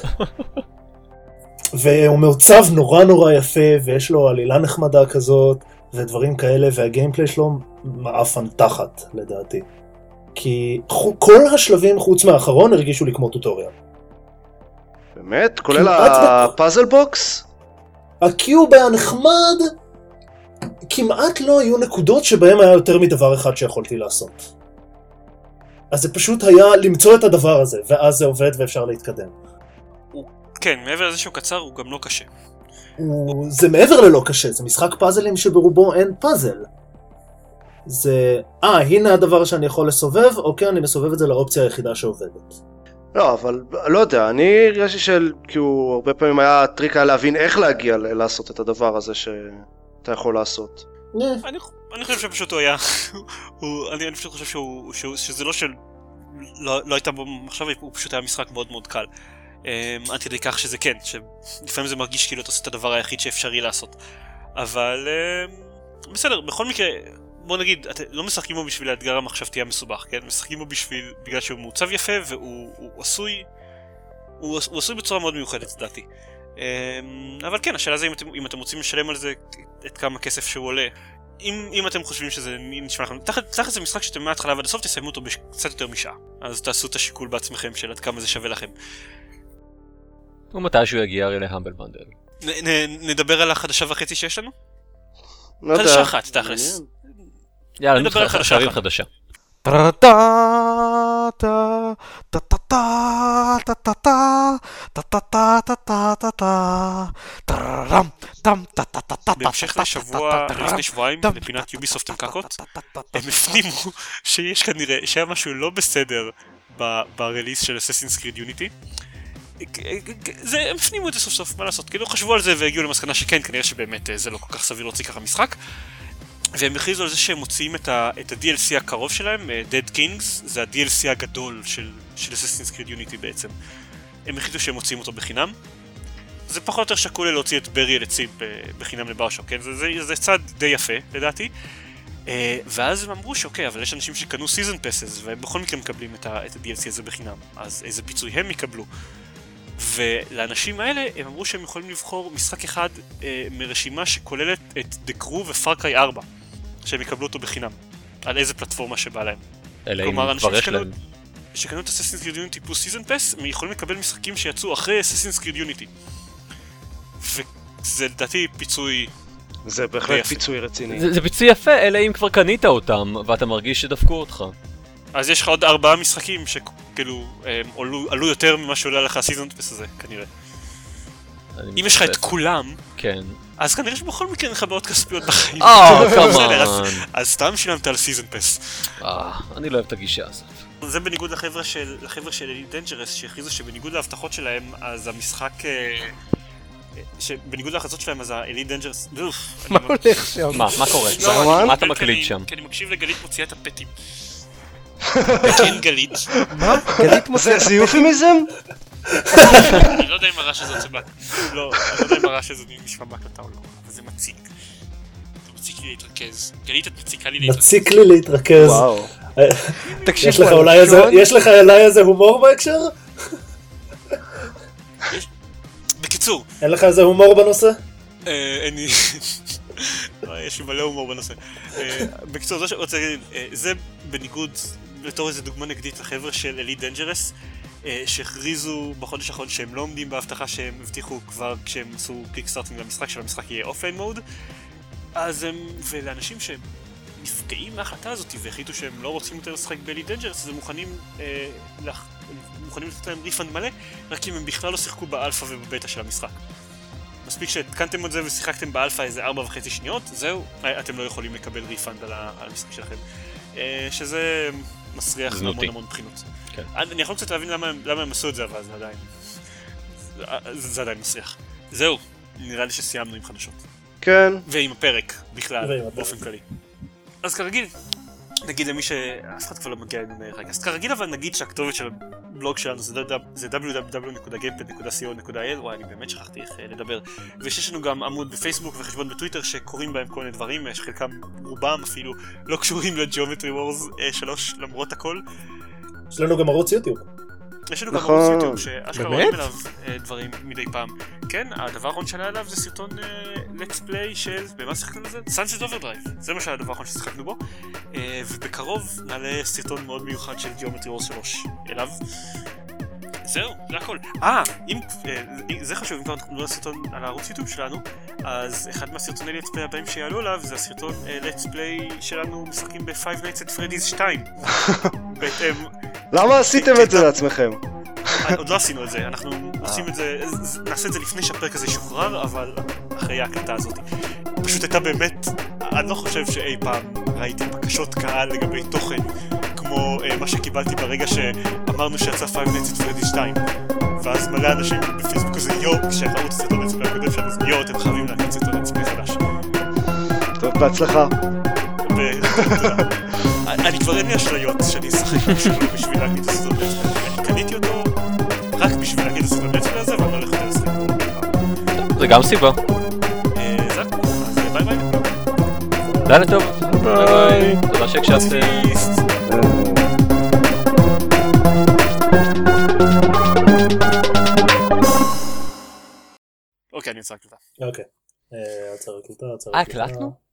והוא מעוצב נורא נורא יפה, ויש לו עלילה נחמדה כזאת, ודברים כאלה, והגיימפליי שלו מעפן תחת, לדעתי. כי כל השלבים חוץ מהאחרון הרגישו לי כמו טוטוריאל. באמת? כולל הפאזל בוקס? הקיוב היה נחמד, כמעט לא היו נקודות שבהם היה יותר מדבר אחד שיכולתי לעשות. אז זה פשוט היה למצוא את הדבר הזה, ואז זה עובד ואפשר להתקדם. כן, מעבר לזה שהוא קצר, הוא גם לא קשה. הוא... זה מעבר ללא קשה, זה משחק פאזלים שברובו אין פאזל. זה, אה, הנה הדבר שאני יכול לסובב, אוקיי, אני מסובב את זה לאופציה היחידה שעובדת. לא, אבל לא יודע, אני הרגשתי של, כאילו, הרבה פעמים היה טריק היה להבין איך להגיע לעשות את הדבר הזה שאתה יכול לעשות. אני, אני חושב שפשוט הוא היה, הוא, אני, אני פשוט חושב שהוא, שהוא, שזה לא של, לא, לא הייתה בו מחשב, הוא פשוט היה משחק מאוד מאוד קל. עד כדי כך שזה כן, שלפעמים זה מרגיש כאילו אתה עושה את הדבר היחיד שאפשרי לעשות. אבל בסדר, בכל מקרה, בוא נגיד, אתם לא משחקים בו בשביל האתגר המחשבתי המסובך, כן? משחקים בו בשביל, בגלל שהוא מעוצב יפה והוא הוא עשוי, הוא, הוא עשוי בצורה מאוד מיוחדת, לדעתי. אבל כן, השאלה זה אם אתם, אם אתם רוצים לשלם על זה את כמה כסף שהוא עולה. אם, אם אתם חושבים שזה נשמע לכם, תחת זה משחק שאתם מההתחלה ועד הסוף תסיימו אותו בקצת יותר משעה. אז תעשו את השיקול בעצמכם של עד כמה זה שווה לכם. ומתי שהוא יגיע הרי להמבל בנדל. נ, נ, נדבר על החדשה וחצי שיש לנו? לא יודע. חדשה אחת, תכלס. יאללה, נדבר על חדשה אחת. חדשה. בהמשך לשבוע, לפני שבועיים, לפינת יוביסופט עם קקות, הם הפנימו שיש כנראה, שהיה משהו לא בסדר ברליס של Assassin's Creed Unity. הם הפנימו את זה סוף סוף, מה לעשות? כאילו חשבו על זה והגיעו למסקנה שכן, כנראה שבאמת זה לא כל כך סביר להוציא ככה משחק. והם הכריזו על זה שהם מוציאים את ה-די אל סי הקרוב שלהם, Dead Kings, זה ה-די אל סי הגדול של Assassin's Creed Unity בעצם. הם החליטו שהם מוציאים אותו בחינם. זה פחות או יותר שקול להוציא את ברי אל עצים בחינם לבאושוק, כן? זה, זה, זה צעד די יפה, לדעתי. ואז הם אמרו שאוקיי, אבל יש אנשים שקנו Season Passes, והם בכל מקרה מקבלים את ה-די אל סי הזה בחינם. אז איזה פיצוי הם יקבלו. ולאנשים האלה הם אמרו שהם יכולים לבחור משחק אחד אה, מרשימה שכוללת את The Crew ו-Far Cry ארבע, שהם יקבלו אותו בחינם, על איזה פלטפורמה שבא להם. אלא אם כבר יש להם. שקנו את Assassin's Creed Unity פלוס Season Pass, הם יכולים לקבל משחקים שיצאו אחרי Assassin's Creed Unity. וזה לדעתי פיצוי... זה בהחלט פיצוי רציני. זה, זה פיצוי יפה, אלא אם כבר קנית אותם, ואתה מרגיש שדפקו אותך. אז יש לך עוד ארבעה משחקים שכאילו עלו, עלו יותר ממה שעולה לך הסיזון פס הזה, כנראה. אם יש לך את כולם, כן. אז כנראה שבכל מקרה אין לך בעוד כספיות בחיים. אה, כמובן. אז סתם שילמת על סיזון פס. אה, אני לא אוהב את הגישה הזאת. זה בניגוד לחבר'ה של, לחבר'ה של Elite Dangerous, שהכריזו שבניגוד להבטחות שלהם, אז המשחק... שבניגוד להחלטות שלהם, אז ה-Elite Dangerous... מה הולך שם? מה? מה קורה? מה אתה מקליט שם? כי אני מקשיב לגלית מוציאה את הפטים. כן, גלית. מה? גלית מוציאה את הפטים? זה יופימיזם? אני לא יודע אם הרעש הזה יוצא... לא, אני לא יודע אם הרעש הזה נשמע בהקלטה או לא, אבל זה מציק. זה מציק לי להתרכז. גלית, את מציקה לי להתרכז. מציק לי להתרכז. וואו. יש לך אולי איזה הומור בהקשר? בקיצור. אין לך איזה הומור בנושא? אין לי... יש לי מלא הומור בנושא. בקיצור, זה שרוצה להגיד, זה בניגוד, בתור איזה דוגמה נגדית לחבר'ה של Elite Dangerous, שהכריזו בחודש האחרון שהם לא עומדים בהבטחה שהם הבטיחו כבר כשהם עשו קיקסטארטינג למשחק, שהמשחק יהיה אופליין מוד. אז הם, ולאנשים שהם נפגעים מההחלטה הזאת והחליטו שהם לא רוצים יותר לשחק ב-Elite Dangerous, אז הם מוכנים מוכנים לתת להם ריפנד מלא, רק אם הם בכלל לא שיחקו באלפא ובבטא של המשחק. מספיק שהתקנתם את זה ושיחקתם באלפא איזה ארבע וחצי שניות, זהו, אתם לא יכולים לקבל ריפנד על המשחק שלכם. שזה מסריח המון המון בחינות. אני יכול קצת להבין למה הם עשו את זה, אבל זה עדיין... זה עדיין מסריח. זהו, נראה לי שסיימנו עם חדשות. כן. ועם הפרק בכלל, באופן כללי. אז כרגיל, נגיד למי שאף אחד כבר לא מגיע אלינו רגע, אז כרגיל אבל נגיד שהכתובת של הבלוג שלנו זה דאבליו דאבליו דאבליו נקודה גיימפד נקודה סי או נקודה איי אל, וואי, אני באמת שכחתי איך לדבר. ויש לנו גם עמוד בפייסבוק וחשבון בטוויטר שקוראים בהם כל מיני דברים, שחלקם רובם אפילו לא קשורים לג'יאומטרי וורס שלוש למרות הכל. יש לנו גם ערוץ יוטיוב. יש לנו גם ערוץ יוטיוב שאשכרה רואים אליו דברים מדי פעם. כן, הדבר האחרון שעלה עליו זה סרטון let's play של, במה שיחקנו לזה? Sunset Overdrive, זה מה שהדבר האחרון ששיחקנו בו. ובקרוב נעלה סרטון מאוד מיוחד של Geometry Wars שלוש אליו. זהו, זה הכל. אה, אם, זה חשוב, אם כבר אנחנו נראה סרטון על הערוץ יוטיוב שלנו, אז אחד מהסרטוני let's play הבאים שיעלו עליו זה הסרטון let's play שלנו משחקים ב-Five Nights at Freddy's שתיים. בהתאם... למה עשיתם את זה לעצמכם? עוד לא עשינו את זה, אנחנו עושים את זה, נעשה את זה לפני שהפרק הזה שוחרר, אבל אחרי ההקלטה הזאת. פשוט הייתה באמת, אני לא חושב שאי פעם ראיתי בקשות קהל לגבי תוכן, כמו מה שקיבלתי ברגע שאמרנו שיצא Five Nights at Freddy's שתיים. ואז מלא אנשים בפייסבוק הזה, יו, כשראו את הסרטון לצפי הקודם שלנו, אז יו, אתם חייבים להקליט סרטון לצפי חדש. טוב, בהצלחה. ותודה. אני כבר אין לי אשליות שאני אשחק שלו בשביל להגיד את הסרטון לצפי. אני קניתי אותו רק בשביל להגיד את הסרטון לצפי הזה, ואני לא הולך יותר לשחק. זה גם סיבה. זה הכל, אז ביי ביי. לילה טוב. ביי ביי. תודה שהקשבתם. אוקיי, אני אצא הקלטה. אוקיי. עצר הקלטה, עצר אה, הקלטה. הקלטנו?